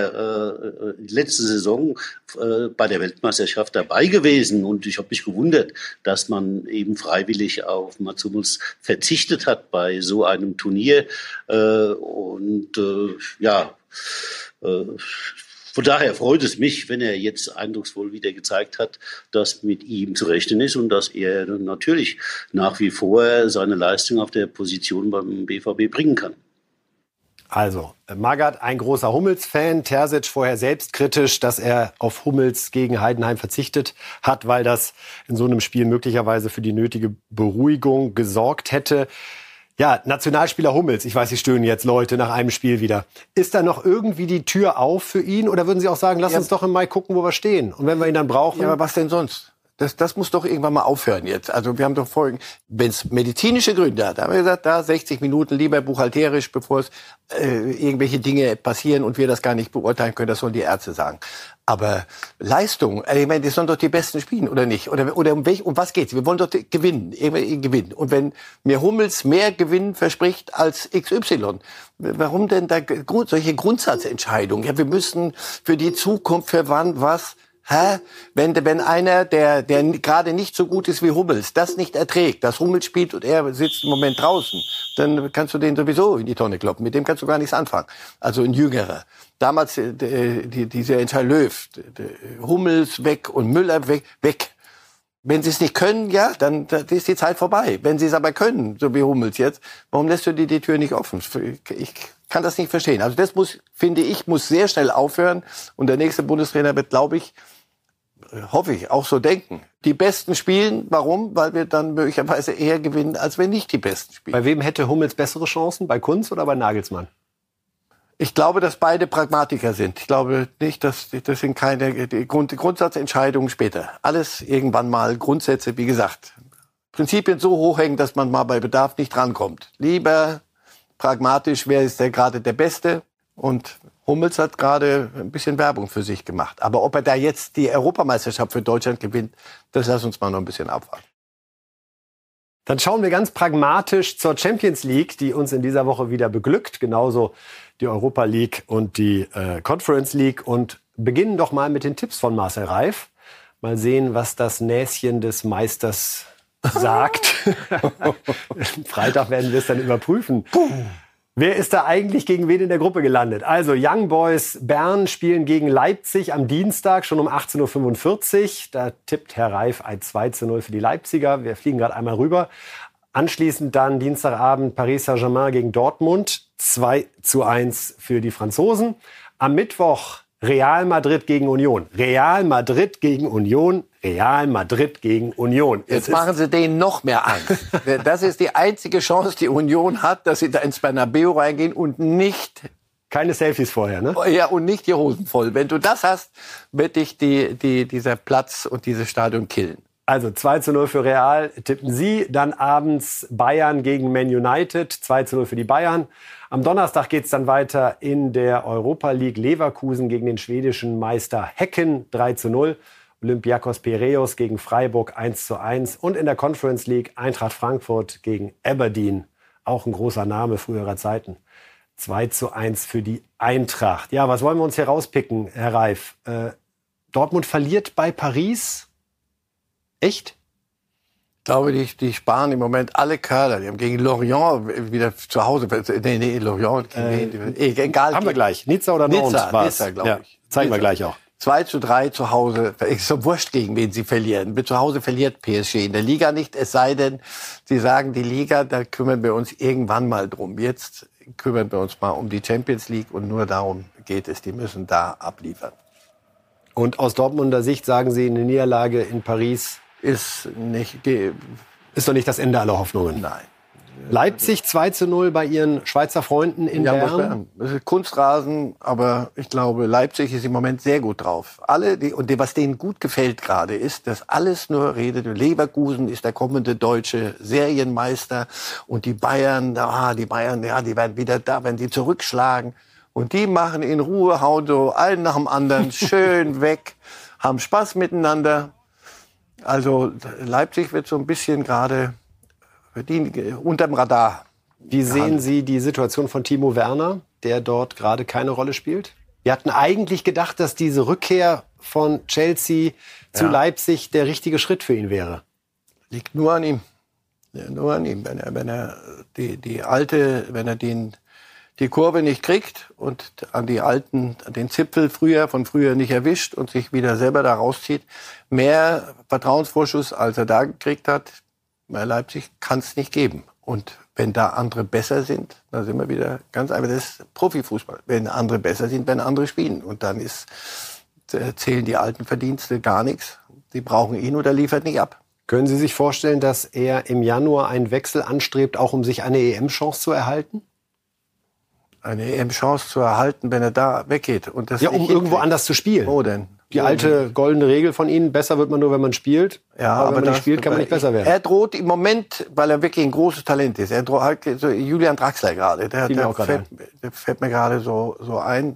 wäre äh, letzte Saison äh, bei der Weltmeisterschaft dabei gewesen und ich habe mich gewundert, dass man eben freiwillig auf Mats Hummels verzichtet hat bei so einem Turnier äh, und äh, ja, äh, von daher freut es mich, wenn er jetzt eindrucksvoll wieder gezeigt hat, dass mit ihm zu rechnen ist und dass er natürlich nach wie vor seine Leistung auf der Position beim B V B bringen kann. Also, Magath, ein großer Hummels-Fan, Terzic vorher selbstkritisch, dass er auf Hummels gegen Heidenheim verzichtet hat, weil das in so einem Spiel möglicherweise für die nötige Beruhigung gesorgt hätte. Ja, Nationalspieler Hummels, ich weiß, Sie stöhnen jetzt Leute nach einem Spiel wieder. Ist da noch irgendwie die Tür auf für ihn oder würden Sie auch sagen, lass ja. uns doch im Mai gucken, wo wir stehen und wenn wir ihn dann brauchen? Ja, aber was denn sonst? Das, das muss doch irgendwann mal aufhören jetzt. Also wir haben doch vorhin, wenn es medizinische Gründe hat, haben wir gesagt, da sechzig Minuten lieber buchhalterisch, bevor es äh, irgendwelche Dinge passieren und wir das gar nicht beurteilen können, das sollen die Ärzte sagen. Aber Leistung, ich meine, das sollen doch die Besten spielen, oder nicht? Oder, oder um, welch, um was geht's? Wir wollen doch gewinnen, gewinnen. Und wenn mir Hummels mehr Gewinn verspricht als X Y, warum denn da solche Grundsatzentscheidungen? Ja, wir müssen für die Zukunft, für wann, was... Hä? Wenn, wenn einer, der, der gerade nicht so gut ist wie Hummels, das nicht erträgt, dass Hummels spielt und er sitzt im Moment draußen, dann kannst du den sowieso in die Tonne kloppen. Mit dem kannst du gar nichts anfangen. Also ein Jüngerer. Damals äh, die, diese Entscheidung Löw, Hummels weg und Müller weg, weg. Wenn sie es nicht können, ja, dann, dann ist die Zeit vorbei. Wenn sie es aber können, so wie Hummels jetzt, warum lässt du dir die Tür nicht offen? Ich kann das nicht verstehen. Also das muss, finde ich, muss sehr schnell aufhören. Und der nächste Bundestrainer wird, glaube ich, hoffe ich, auch so denken. Die Besten spielen. Warum? Weil wir dann möglicherweise eher gewinnen, als wenn nicht die Besten spielen. Bei wem hätte Hummels bessere Chancen? Bei Kunz oder bei Nagelsmann? Ich glaube, dass beide Pragmatiker sind. Ich glaube nicht, dass das sind keine die Grund, Grundsatzentscheidungen später. Alles irgendwann mal Grundsätze, wie gesagt. Prinzipien so hochhängen, dass man mal bei Bedarf nicht rankommt. Lieber pragmatisch, wer ist der gerade der Beste? Und Hummels hat gerade ein bisschen Werbung für sich gemacht. Aber ob er da jetzt die Europameisterschaft für Deutschland gewinnt, das lass uns mal noch ein bisschen abwarten. Dann schauen wir ganz pragmatisch zur Champions League, die uns in dieser Woche wieder beglückt. Genauso die Europa League und die äh, Conference League. Und beginnen doch mal mit den Tipps von Marcel Reif. Mal sehen, was das Näschen des Meisters sagt. Freitag werden wir es dann überprüfen. Wer ist da eigentlich gegen wen in der Gruppe gelandet? Also Young Boys Bern spielen gegen Leipzig am Dienstag schon um achtzehn Uhr fünfundvierzig. Da tippt Herr Reif ein zwei zu null für die Leipziger. Wir fliegen gerade einmal rüber. Anschließend dann Dienstagabend Paris Saint-Germain gegen Dortmund. zwei zu eins für die Franzosen. Am Mittwoch Real Madrid gegen Union. Real Madrid gegen Union. Real Madrid gegen Union. Jetzt machen Sie denen noch mehr Angst. Das ist die einzige Chance, die Union hat, dass sie da ins Bernabeu reingehen und nicht... Keine Selfies vorher, ne? Ja, und nicht die Hosen voll. Wenn du das hast, wird dich die, die, dieser Platz und dieses Stadion killen. Also zwei zu null für Real tippen Sie. Dann abends Bayern gegen Man United. zwei zu null für die Bayern. Am Donnerstag geht es dann weiter in der Europa League. Leverkusen gegen den schwedischen Meister Häcken. drei zu null. Olympiakos Piräus gegen Freiburg eins zu eins. Und in der Conference League Eintracht Frankfurt gegen Aberdeen. Auch ein großer Name früherer Zeiten. zwei zu eins für die Eintracht. Ja, was wollen wir uns hier rauspicken, Herr Reif? Äh, Dortmund verliert bei Paris? Echt? Ich glaube, die, die sparen im Moment alle Kader. Die haben gegen Lorient wieder zu Hause. Nee, nee, Lorient. Äh, nee, egal. Haben wir gleich. Nizza oder Nantes? Nizza, Nizza glaube ja, ich. Zeigen Nizza. wir gleich auch. zwei zu drei zu Hause. Ist so wurscht, gegen wen sie verlieren. Zu Hause verliert P S G. In der Liga nicht. Es sei denn, sie sagen, die Liga, da kümmern wir uns irgendwann mal drum. Jetzt kümmern wir uns mal um die Champions League und nur darum geht es. Die müssen da abliefern. Und aus Dortmunder Sicht sagen Sie, eine Niederlage in Paris ist nicht, ist doch nicht das Ende aller Hoffnungen. Nein. Leipzig zwei zu null bei Ihren Schweizer Freunden in ja, Bern. Das ist Kunstrasen, aber ich glaube, Leipzig ist im Moment sehr gut drauf. Alle, die, und was denen gut gefällt gerade, ist, dass alles nur redet. Leverkusen ist der kommende deutsche Serienmeister und die Bayern, ah, die Bayern, ja, die werden wieder da, wenn die zurückschlagen. Und die machen in Ruhe, hauen so einen nach dem anderen schön weg, haben Spaß miteinander. Also Leipzig wird so ein bisschen gerade unterm Radar. Wie sehen Sie die Situation von Timo Werner, der dort gerade keine Rolle spielt? Wir hatten eigentlich gedacht, dass diese Rückkehr von Chelsea zu ja. Leipzig der richtige Schritt für ihn wäre. Liegt nur an ihm. Ja, nur an ihm. Wenn er, wenn er die, die alte, wenn er den, die Kurve nicht kriegt und an die alten, den Zipfel früher, von früher nicht erwischt und sich wieder selber da rauszieht, mehr Vertrauensvorschuss, als er da gekriegt hat, bei Leipzig kann es nicht geben. Und wenn da andere besser sind, dann sind wir wieder ganz einfach, das ist Profifußball. Wenn andere besser sind, werden andere spielen. Und dann ist, zählen die alten Verdienste gar nichts. Die brauchen ihn oder liefert nicht ab. Können Sie sich vorstellen, dass er im Januar einen Wechsel anstrebt, auch um sich eine E M-Chance zu erhalten? Eine E M-Chance zu erhalten, wenn er da weggeht. Und das ja, um irgendwo anders zu spielen. Wo denn? Die alte goldene Regel von Ihnen, besser wird man nur, wenn man spielt. Ja, aber wenn aber man nicht spielt, kann man nicht besser werden. Er droht im Moment, weil er wirklich ein großes Talent ist. Er droht halt so Julian Draxler gerade. Der, der, fällt, der fällt mir gerade so, so ein.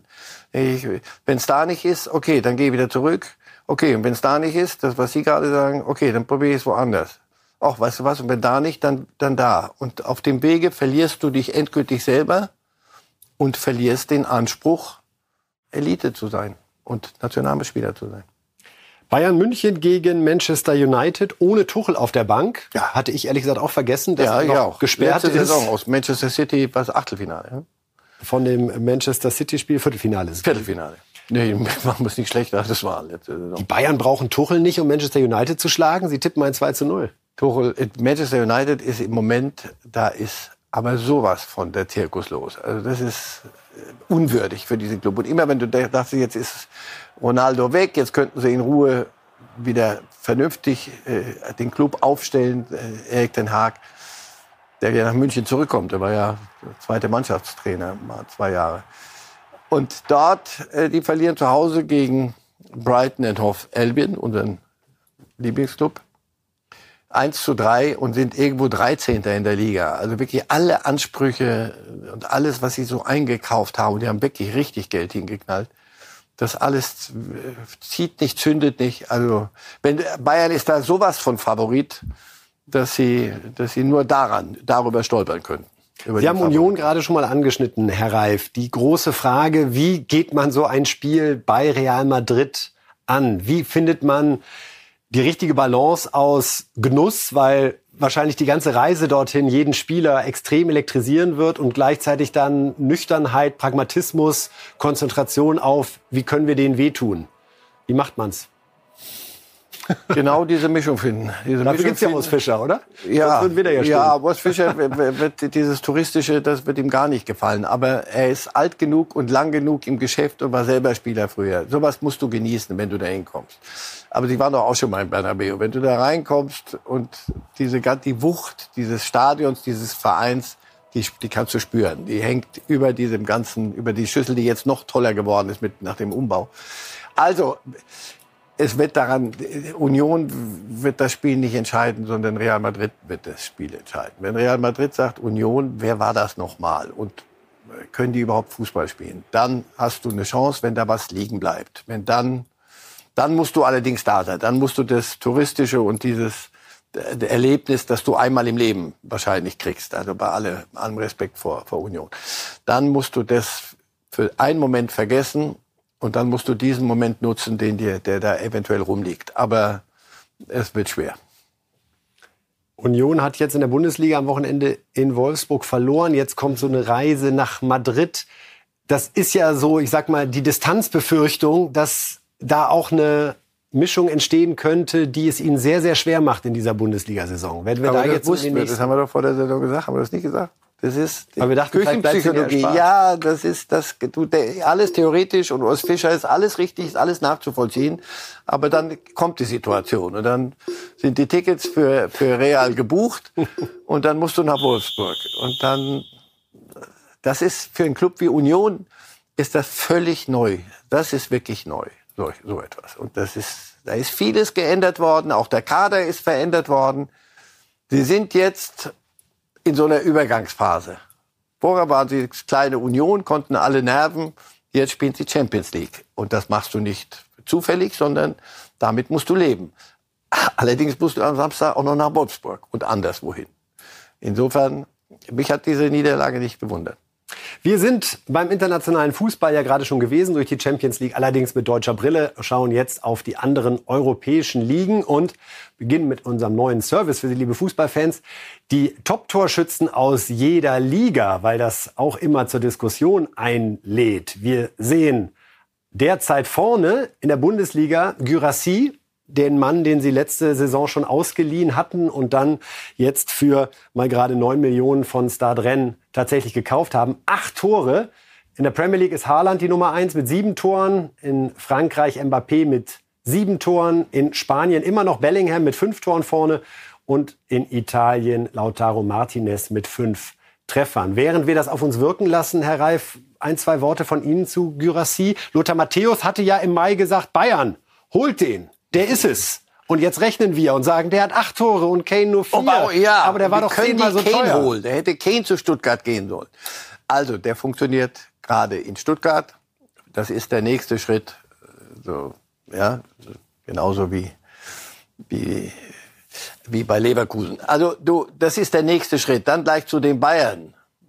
Wenn es da nicht ist, okay, dann gehe ich wieder zurück. Okay, und wenn es da nicht ist, das, was Sie gerade sagen, okay, dann probiere ich es woanders. Ach, weißt du was, und wenn da nicht, dann, dann da. Und auf dem Wege verlierst du dich endgültig selber und verlierst den Anspruch, Elite zu sein und Nationalspieler zu sein. Bayern München gegen Manchester United ohne Tuchel auf der Bank. Ja. Hatte ich ehrlich gesagt auch vergessen, dass ja, er noch ja, auch. gesperrt Letzte ist. Saison aus Manchester City, was Achtelfinale. Ja? Von dem Manchester City-Spiel Viertelfinale. Ist Viertelfinale. Nee, machen wir es nicht schlechter, das war letzte Saison. Die Bayern brauchen Tuchel nicht, um Manchester United zu schlagen. Sie tippen ein zwei zu null. Tuchel, Manchester United ist im Moment, da ist aber sowas von der Zirkus los. Also das ist unwürdig für diesen Club. Und immer wenn du dachtest, jetzt ist Ronaldo weg, jetzt könnten sie in Ruhe wieder vernünftig äh, den Club aufstellen, äh, Erik ten Hag, der ja nach München zurückkommt. Der war ja zweiter Mannschaftstrainer, mal zwei Jahre. Und dort, äh, die verlieren zu Hause gegen Brighton and Hove Albion, unseren Lieblingsclub, eins zu drei und sind irgendwo dreizehnter in der Liga. Also wirklich alle Ansprüche und alles, was sie so eingekauft haben, die haben wirklich richtig Geld hingeknallt. Das alles zieht nicht, zündet nicht. Also wenn Bayern ist da sowas von Favorit, dass sie, dass sie nur daran, darüber stolpern können. Sie haben Union gerade schon mal angeschnitten, Herr Reif. Die große Frage, wie geht man so ein Spiel bei Real Madrid an? Wie findet man die richtige Balance aus Genuss, weil wahrscheinlich die ganze Reise dorthin jeden Spieler extrem elektrisieren wird und gleichzeitig dann Nüchternheit, Pragmatismus, Konzentration auf, wie können wir denen wehtun? Wie macht man's? Genau diese Mischung finden. Diese Dafür Mischung gibt's ja finden. Urs Fischer, oder? Ja, Sonst würden wir da ja, ja Urs Fischer wird dieses Touristische, das wird ihm gar nicht gefallen. Aber er ist alt genug und lang genug im Geschäft und war selber Spieler früher. Sowas musst du genießen, wenn du da hinkommst. Aber sie waren doch auch schon mal in Bernabeu. Wenn du da reinkommst und diese die Wucht dieses Stadions, dieses Vereins, die, die kannst du spüren. Die hängt über diesem ganzen, über die Schüssel, die jetzt noch toller geworden ist mit nach dem Umbau. Also es wird daran, Union wird das Spiel nicht entscheiden, sondern Real Madrid wird das Spiel entscheiden. Wenn Real Madrid sagt, Union, wer war das nochmal? Und können die überhaupt Fußball spielen? Dann hast du eine Chance, wenn da was liegen bleibt. Wenn dann, dann musst du allerdings da sein. Dann musst du das Touristische und dieses Erlebnis, das du einmal im Leben wahrscheinlich kriegst, also bei allem allem Respekt vor, vor Union. Dann musst du das für einen Moment vergessen. Und dann musst du diesen Moment nutzen, den dir, der da eventuell rumliegt. Aber es wird schwer. Union hat jetzt in der Bundesliga am Wochenende in Wolfsburg verloren. Jetzt kommt so eine Reise nach Madrid. Das ist ja so, ich sag mal, die Distanzbefürchtung, dass da auch eine Mischung entstehen könnte, die es ihnen sehr, sehr schwer macht in dieser Bundesliga-Saison. Werden wir Aber da das jetzt wussten wir, das haben wir doch vor der Saison gesagt. Haben wir das nicht gesagt? Das ist Aber wir dachten, Küchenpsychologie. Ja, das ist das. Du, alles theoretisch und Urs Fischer ist alles richtig, ist alles nachzuvollziehen. Aber dann kommt die Situation und dann sind die Tickets für für Real gebucht und dann musst du nach Wolfsburg und dann. Das ist für einen Club wie Union ist das völlig neu. Das ist wirklich neu, so, so etwas. Und das ist, da ist vieles geändert worden. Auch der Kader ist verändert worden. Sie sind jetzt in so einer Übergangsphase. Vorher waren sie kleine Union, konnten alle nerven. Jetzt spielen sie Champions League. Und das machst du nicht zufällig, sondern damit musst du leben. Allerdings musst du am Samstag auch noch nach Wolfsburg und anderswohin. Insofern, mich hat diese Niederlage nicht gewundert. Wir sind beim internationalen Fußball ja gerade schon gewesen durch die Champions League, allerdings mit deutscher Brille, schauen jetzt auf die anderen europäischen Ligen und beginnen mit unserem neuen Service für Sie, liebe Fußballfans. Die Top-Torschützen aus jeder Liga, weil das auch immer zur Diskussion einlädt. Wir sehen derzeit vorne in der Bundesliga Guirassy, den Mann, den sie letzte Saison schon ausgeliehen hatten und dann jetzt für mal gerade neun Millionen von Stade Rennes tatsächlich gekauft haben. Acht Tore. In der Premier League ist Haaland die Nummer eins mit sieben Toren. In Frankreich Mbappé mit sieben Toren. In Spanien immer noch Bellingham mit fünf Toren vorne. Und in Italien Lautaro Martinez mit fünf Treffern. Während wir das auf uns wirken lassen, Herr Reif, ein, zwei Worte von Ihnen zu Guirassy. Lothar Matthäus hatte ja im Mai gesagt, Bayern, holt den. Der ist es. Und jetzt rechnen wir und sagen, der hat acht Tore und Kane nur vier. Oh, ja, aber der war doch zehnmal so Kane teuer. Holen. Der hätte Kane zu Stuttgart gehen sollen. Also, der funktioniert gerade in Stuttgart. Das ist der nächste Schritt. So, ja, genauso wie, wie, wie bei Leverkusen. Also, du, das ist der nächste Schritt. Dann gleich zu den Bayern.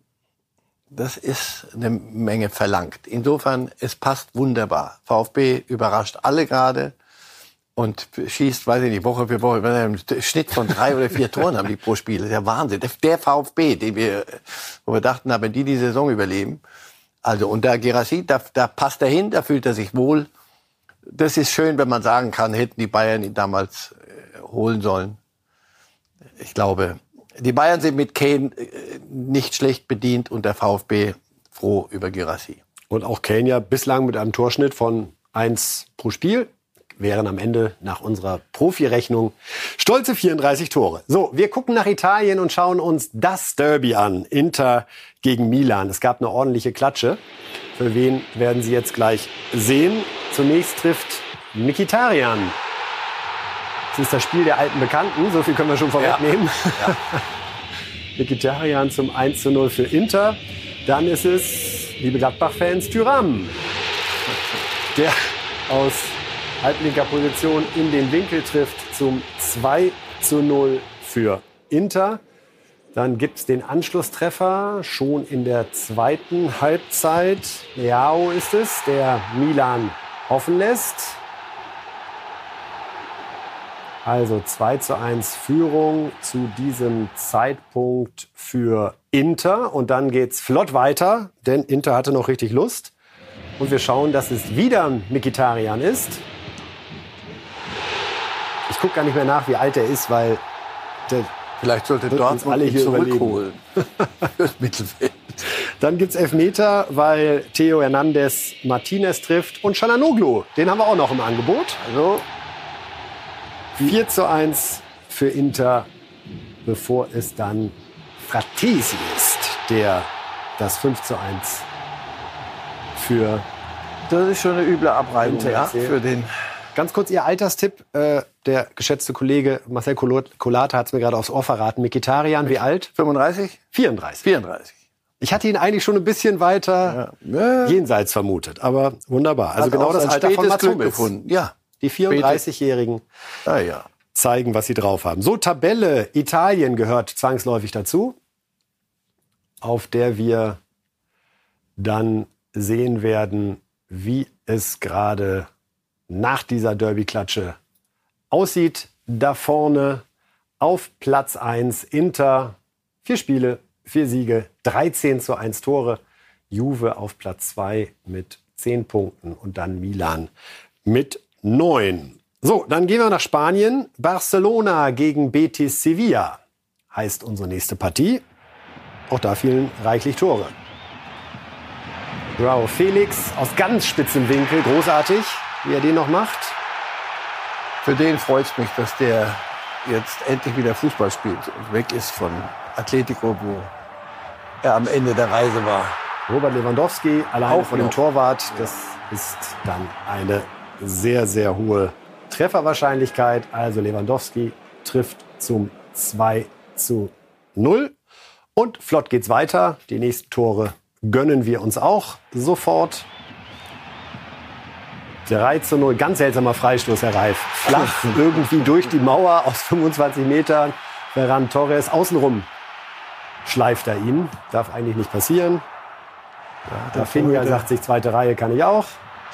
Das ist eine Menge verlangt. Insofern, es passt wunderbar. VfB überrascht alle gerade und schießt, weiß ich nicht, Woche für Woche, einen Schnitt von drei oder vier Toren haben die pro Spiel. Das ist ja Wahnsinn. Der VfB, den wir, wo wir dachten, aber die die Saison überleben. Also, und da Guirassy, da, da passt er hin, da fühlt er sich wohl. Das ist schön, wenn man sagen kann, hätten die Bayern ihn damals äh, holen sollen. Ich glaube, die Bayern sind mit Kane nicht schlecht bedient und der VfB froh über Guirassy. Und auch Kane ja bislang mit einem Torschnitt von eins pro Spiel. Wären am Ende nach unserer Profirechnung stolze vierunddreißig Tore. So, wir gucken nach Italien und schauen uns das Derby an. Inter gegen Milan. Es gab eine ordentliche Klatsche. Für wen werden Sie jetzt gleich sehen? Zunächst trifft Mkhitaryan. Das ist das Spiel der alten Bekannten, so viel können wir schon vorwegnehmen. Ja. Ja. Mkhitaryan zum eins zu null für Inter. Dann ist es, liebe Gladbach-Fans, Thuram, der aus halblinker Position in den Winkel trifft zum zwei zu null für Inter. Dann gibt es den Anschlusstreffer schon in der zweiten Halbzeit. Leao ist es, der Milan offen lässt. Also zwei zu eins Führung zu diesem Zeitpunkt für Inter. Und dann geht's flott weiter, denn Inter hatte noch richtig Lust. Und wir schauen, dass es wieder Mkhitaryan ist. Ich gucke gar nicht mehr nach, wie alt er ist, weil der vielleicht sollte Dortmund alle hier zurückholen fürs Mittelfeld. Dann gibt's Elfmeter, weil Theo Hernandez Martinez trifft. Und Çalhanoğlu, den haben wir auch noch im Angebot. Also vier zu eins für Inter, bevor es dann Fratesi ist, der das fünf zu eins für das ist schon eine üble Abreibung, Inter ja, für den. Ganz kurz Ihr Alterstipp. Äh, der geschätzte Kollege Marcel Colata hat es mir gerade aufs Ohr verraten. Mkhitaryan, wie alt? fünfunddreißig? vierunddreißig. vierunddreißig. Ich hatte ihn eigentlich schon ein bisschen weiter ja. jenseits vermutet, aber wunderbar. Also hat genau das Alter von Mats Hummels. Gefunden. Ja. Die vierunddreißigjährigen ah, ja. zeigen, was sie drauf haben. So, Tabelle. Italien gehört zwangsläufig dazu, auf der wir dann sehen werden, wie es gerade nach dieser Derby-Klatsche aussieht. Da vorne auf Platz eins Inter. Vier Spiele, vier Siege, dreizehn zu eins Tore. Juve auf Platz zwei mit zehn Punkten und dann Milan mit neun. So, dann gehen wir nach Spanien. Barcelona gegen Betis Sevilla heißt unsere nächste Partie. auch da fielen reichlich Tore. Joao Felix aus ganz spitzem Winkel, großartig, wie er den noch macht. Für den freut es mich, dass der jetzt endlich wieder Fußball spielt und weg ist von Atletico, wo er am Ende der Reise war. Robert Lewandowski, alleine Auch vor dem noch. Torwart, das ist dann eine sehr, sehr hohe Trefferwahrscheinlichkeit. Also Lewandowski trifft zum zwei zu null. Und flott geht's weiter. Die nächsten Tore gönnen wir uns auch sofort. drei zu null, ganz seltsamer Freistoß, Herr Reif. Flach, irgendwie durch die Mauer aus fünfundzwanzig Metern. Ferran Torres außenrum schleift er ihn. Darf eigentlich nicht passieren. Ja, Rafinha sagt sich, zweite Reihe kann ich auch.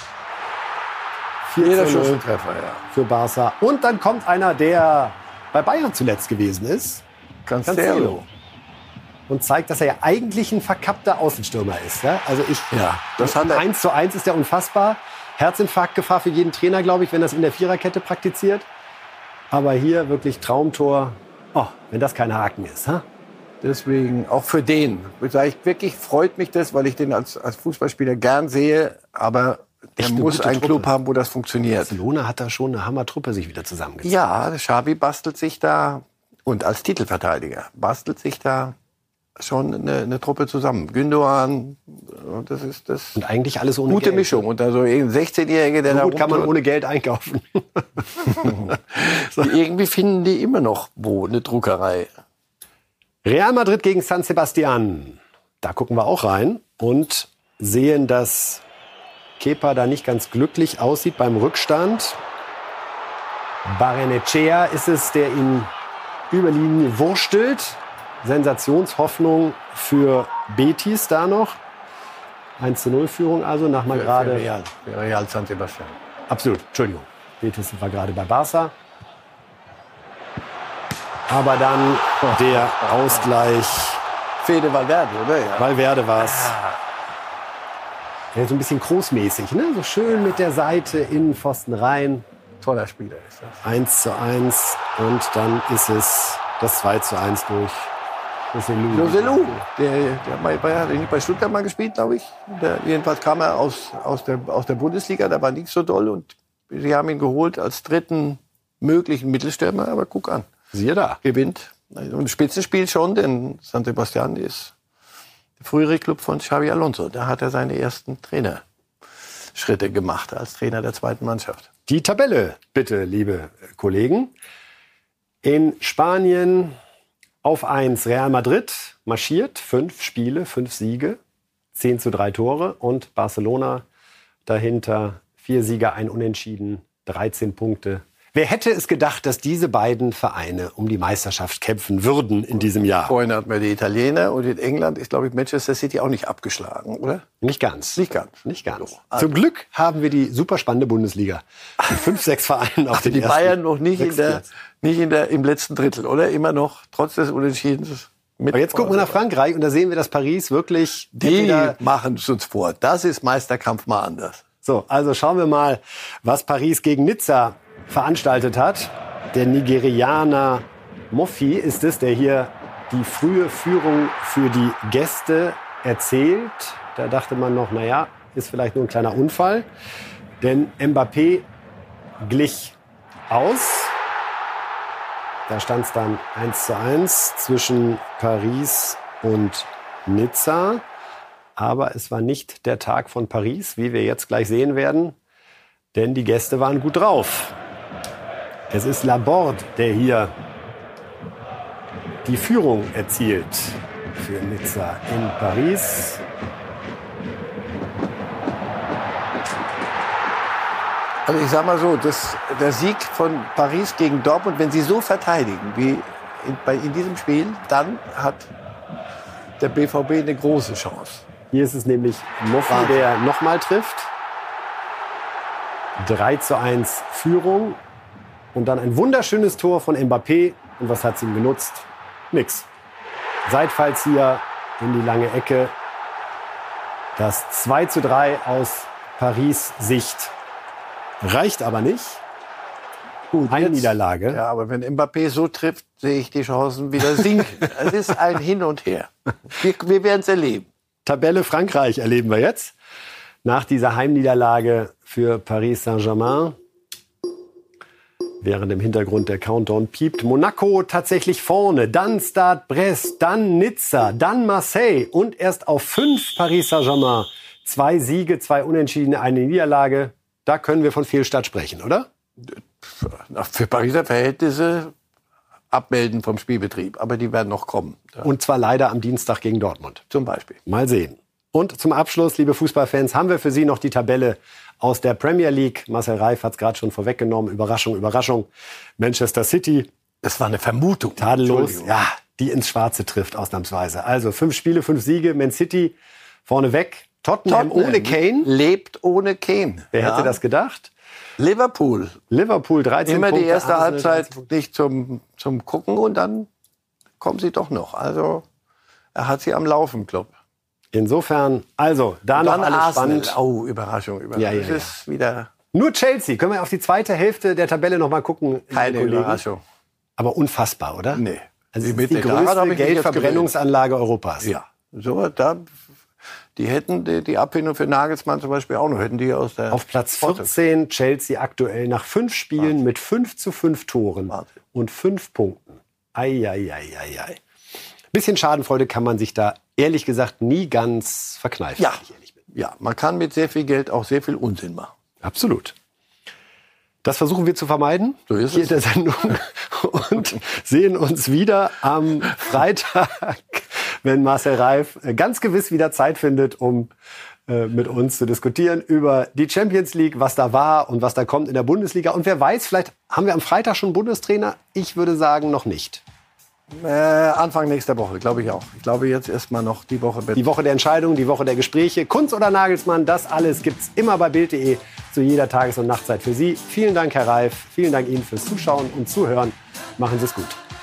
Jeder vier zu null Treffer, ja. für Barca. Und dann kommt einer, der bei Bayern zuletzt gewesen ist. Cancelo. Und zeigt, dass er ja eigentlich ein verkappter Außenstürmer ist. Ja? Also ich, Ja, das hat er. eins zu eins ist ja unfassbar. Herzinfarktgefahr für jeden Trainer, glaube ich, wenn das in der Viererkette praktiziert. Aber hier wirklich Traumtor. Oh, wenn das kein Haken ist. Ha? Deswegen auch für den. Sag ich, wirklich freut mich das, weil ich den als, als Fußballspieler gern sehe. Aber der Echt eine muss gute einen Truppe. Club haben, wo das funktioniert. Barcelona hat da schon eine Hammertruppe sich wieder zusammengezogen. Ja, der Xavi bastelt sich da, und als Titelverteidiger, bastelt sich da schon eine, eine Truppe zusammen. Gündogan, das ist das Und eigentlich alles ohne gute Geld. Mischung. Und da so ein sechzehnjähriger, der So da gut kann man rumtut, ohne Geld einkaufen. die irgendwie finden die immer noch wo, eine Druckerei. Real Madrid gegen San Sebastian. Da gucken wir auch rein und sehen, dass Kepa da nicht ganz glücklich aussieht beim Rückstand. Barrenechea ist es, der ihn über die Linie wurstelt. Sensationshoffnung für Betis da noch. eins zu null Führung also, nach mal gerade... Real, für Real San Sebastian. Absolut, Entschuldigung. Betis war gerade bei Barca. Aber dann der Ausgleich. Fede Valverde, oder? Ja. Valverde war es. Ja, so ein bisschen großmäßig, ne? So schön mit der Seite, Innenpfosten rein. Toller Spieler ist das. eins zu eins. Und dann ist es das zwei zu eins durch Joselu. Joselu, der, der bei, bei, hat nicht bei Stuttgart mal gespielt, glaube ich. Der, jedenfalls kam er aus, aus, der, aus der Bundesliga, da war nichts so doll. Und sie haben ihn geholt als dritten möglichen Mittelstürmer. Aber guck an. Siehe da. Gewinnt. Und Spitzenspiel schon, denn San Sebastian ist der frühere Club von Xabi Alonso. Da hat er seine ersten Trainerschritte gemacht als Trainer der zweiten Mannschaft. Die Tabelle, bitte, liebe Kollegen. In Spanien auf eins Real Madrid marschiert. Fünf Spiele, fünf Siege, zehn zu drei Tore. Und Barcelona dahinter vier Siege, ein Unentschieden, dreizehn Punkte. Wer hätte es gedacht, dass diese beiden Vereine um die Meisterschaft kämpfen würden in diesem Jahr? Vorhin hatten wir die Italiener und in England ist, glaube ich, Manchester City auch nicht abgeschlagen, oder? Nicht ganz. Nicht ganz. Nicht ganz. Also. Zum Glück haben wir die super spannende Bundesliga. Mit fünf, sechs Vereinen auf Also den die ersten Bayern noch nicht, in sechs der, Platz. nicht in der, im letzten Drittel, oder? Immer noch, trotz des Unentschiedens. Mit Aber jetzt gucken wir nach Frankreich und da sehen wir, dass Paris wirklich... Die entweder- machen es uns vor. Das ist Meisterkampf mal anders. So, also schauen wir mal, was Paris gegen Nizza veranstaltet hat. Der Nigerianer Moffi ist es, der hier die frühe Führung für die Gäste erzählt. Da dachte man noch, naja, ist vielleicht nur ein kleiner Unfall. Denn Mbappé glich aus. Da stand es dann eins zu eins zwischen Paris und Nizza. Aber es war nicht der Tag von Paris, wie wir jetzt gleich sehen werden. Denn die Gäste waren gut drauf. Es ist Laborde, der hier die Führung erzielt für Nizza in Paris. Also ich sag mal so, das, der Sieg von Paris gegen Dortmund, wenn sie so verteidigen wie in, bei, in diesem Spiel, dann hat der B V B eine große Chance. Hier ist es nämlich Moffi, Wahnsinn. der nochmal trifft. drei zu eins Führung. Und dann ein wunderschönes Tor von Mbappé. Und was hat es ihm genutzt? Nix. Seitfallzieher in die lange Ecke. Das zwei zu drei aus Paris Sicht reicht aber nicht. Gut, eine Niederlage. Ja, aber wenn Mbappé so trifft, sehe ich die Chancen wieder sinken. Es ist ein Hin und Her. Wir, wir werden es erleben. Tabelle Frankreich erleben wir jetzt. Nach dieser Heimniederlage für Paris Saint-Germain. Während im Hintergrund der Countdown piept. Monaco tatsächlich vorne, dann Stade Brest, dann Nizza, dann Marseille und erst auf fünf Paris Saint-Germain. Zwei Siege, zwei Unentschiedene, eine Niederlage. Da können wir von Fehlstart sprechen, oder? Für Pariser Verhältnisse abmelden vom Spielbetrieb. Aber die werden noch kommen. Und zwar leider am Dienstag gegen Dortmund. Zum Beispiel. Mal sehen. Und zum Abschluss, liebe Fußballfans, haben wir für Sie noch die Tabelle aus der Premier League. Marcel Reif hat es gerade schon vorweggenommen. Überraschung, Überraschung. Manchester City. Das war eine Vermutung. Tadellos. Ja, die ins Schwarze trifft, ausnahmsweise. Also fünf Spiele, fünf Siege. Man City vorneweg. Tottenham, Tottenham ohne Kane. Lebt ohne Kane. Wer ja. hätte das gedacht? Liverpool. Liverpool, dreizehn Immer Punkte. die erste Arsenal, Halbzeit nicht zum, zum Gucken und dann kommen sie doch noch. Also er hat sie am Laufen, Club. Insofern, also, da noch alles Arsenal. spannend. Oh, Überraschung, Überraschung. Ja, ja, es ja. ist wieder Nur Chelsea. Können wir auf die zweite Hälfte der Tabelle noch mal gucken? keine liebe Kollegen? Überraschung. Aber unfassbar, oder? Nee. Also Die es ist die Mitte, daran größte habe ich mich jetzt Geldverbrennungsanlage Europas. Ja, so, da, die hätten die, die Abfindung für Nagelsmann zum Beispiel auch noch, hätten die aus der... Auf Platz vierzehn Chelsea aktuell nach fünf Spielen Wahnsinn. mit fünf zu fünf Toren Wahnsinn. und fünf Punkten. Ei, ei, ei, ei, ei. Bisschen Schadenfreude kann man sich da ehrlich gesagt nie ganz verkneifen. Ja. wenn ich ehrlich bin. Ja, man kann mit sehr viel Geld auch sehr viel Unsinn machen. Absolut. Das versuchen wir zu vermeiden So ist hier es. in der Sendung und sehen uns wieder am Freitag, wenn Marcel Reif ganz gewiss wieder Zeit findet, um äh, mit uns zu diskutieren über die Champions League, was da war und was da kommt in der Bundesliga. Und wer weiß, vielleicht haben wir am Freitag schon Bundestrainer. Ich würde sagen, noch nicht. Äh, Anfang nächster Woche, glaube ich auch. Ich glaube jetzt erstmal noch die Woche mit. Die Woche der Entscheidung, die Woche der Gespräche. Kunz oder Nagelsmann, das alles gibt's immer bei Bild punkt de zu jeder Tages- und Nachtzeit für Sie. Vielen Dank, Herr Reif. Vielen Dank Ihnen fürs Zuschauen und Zuhören. Machen Sie es gut.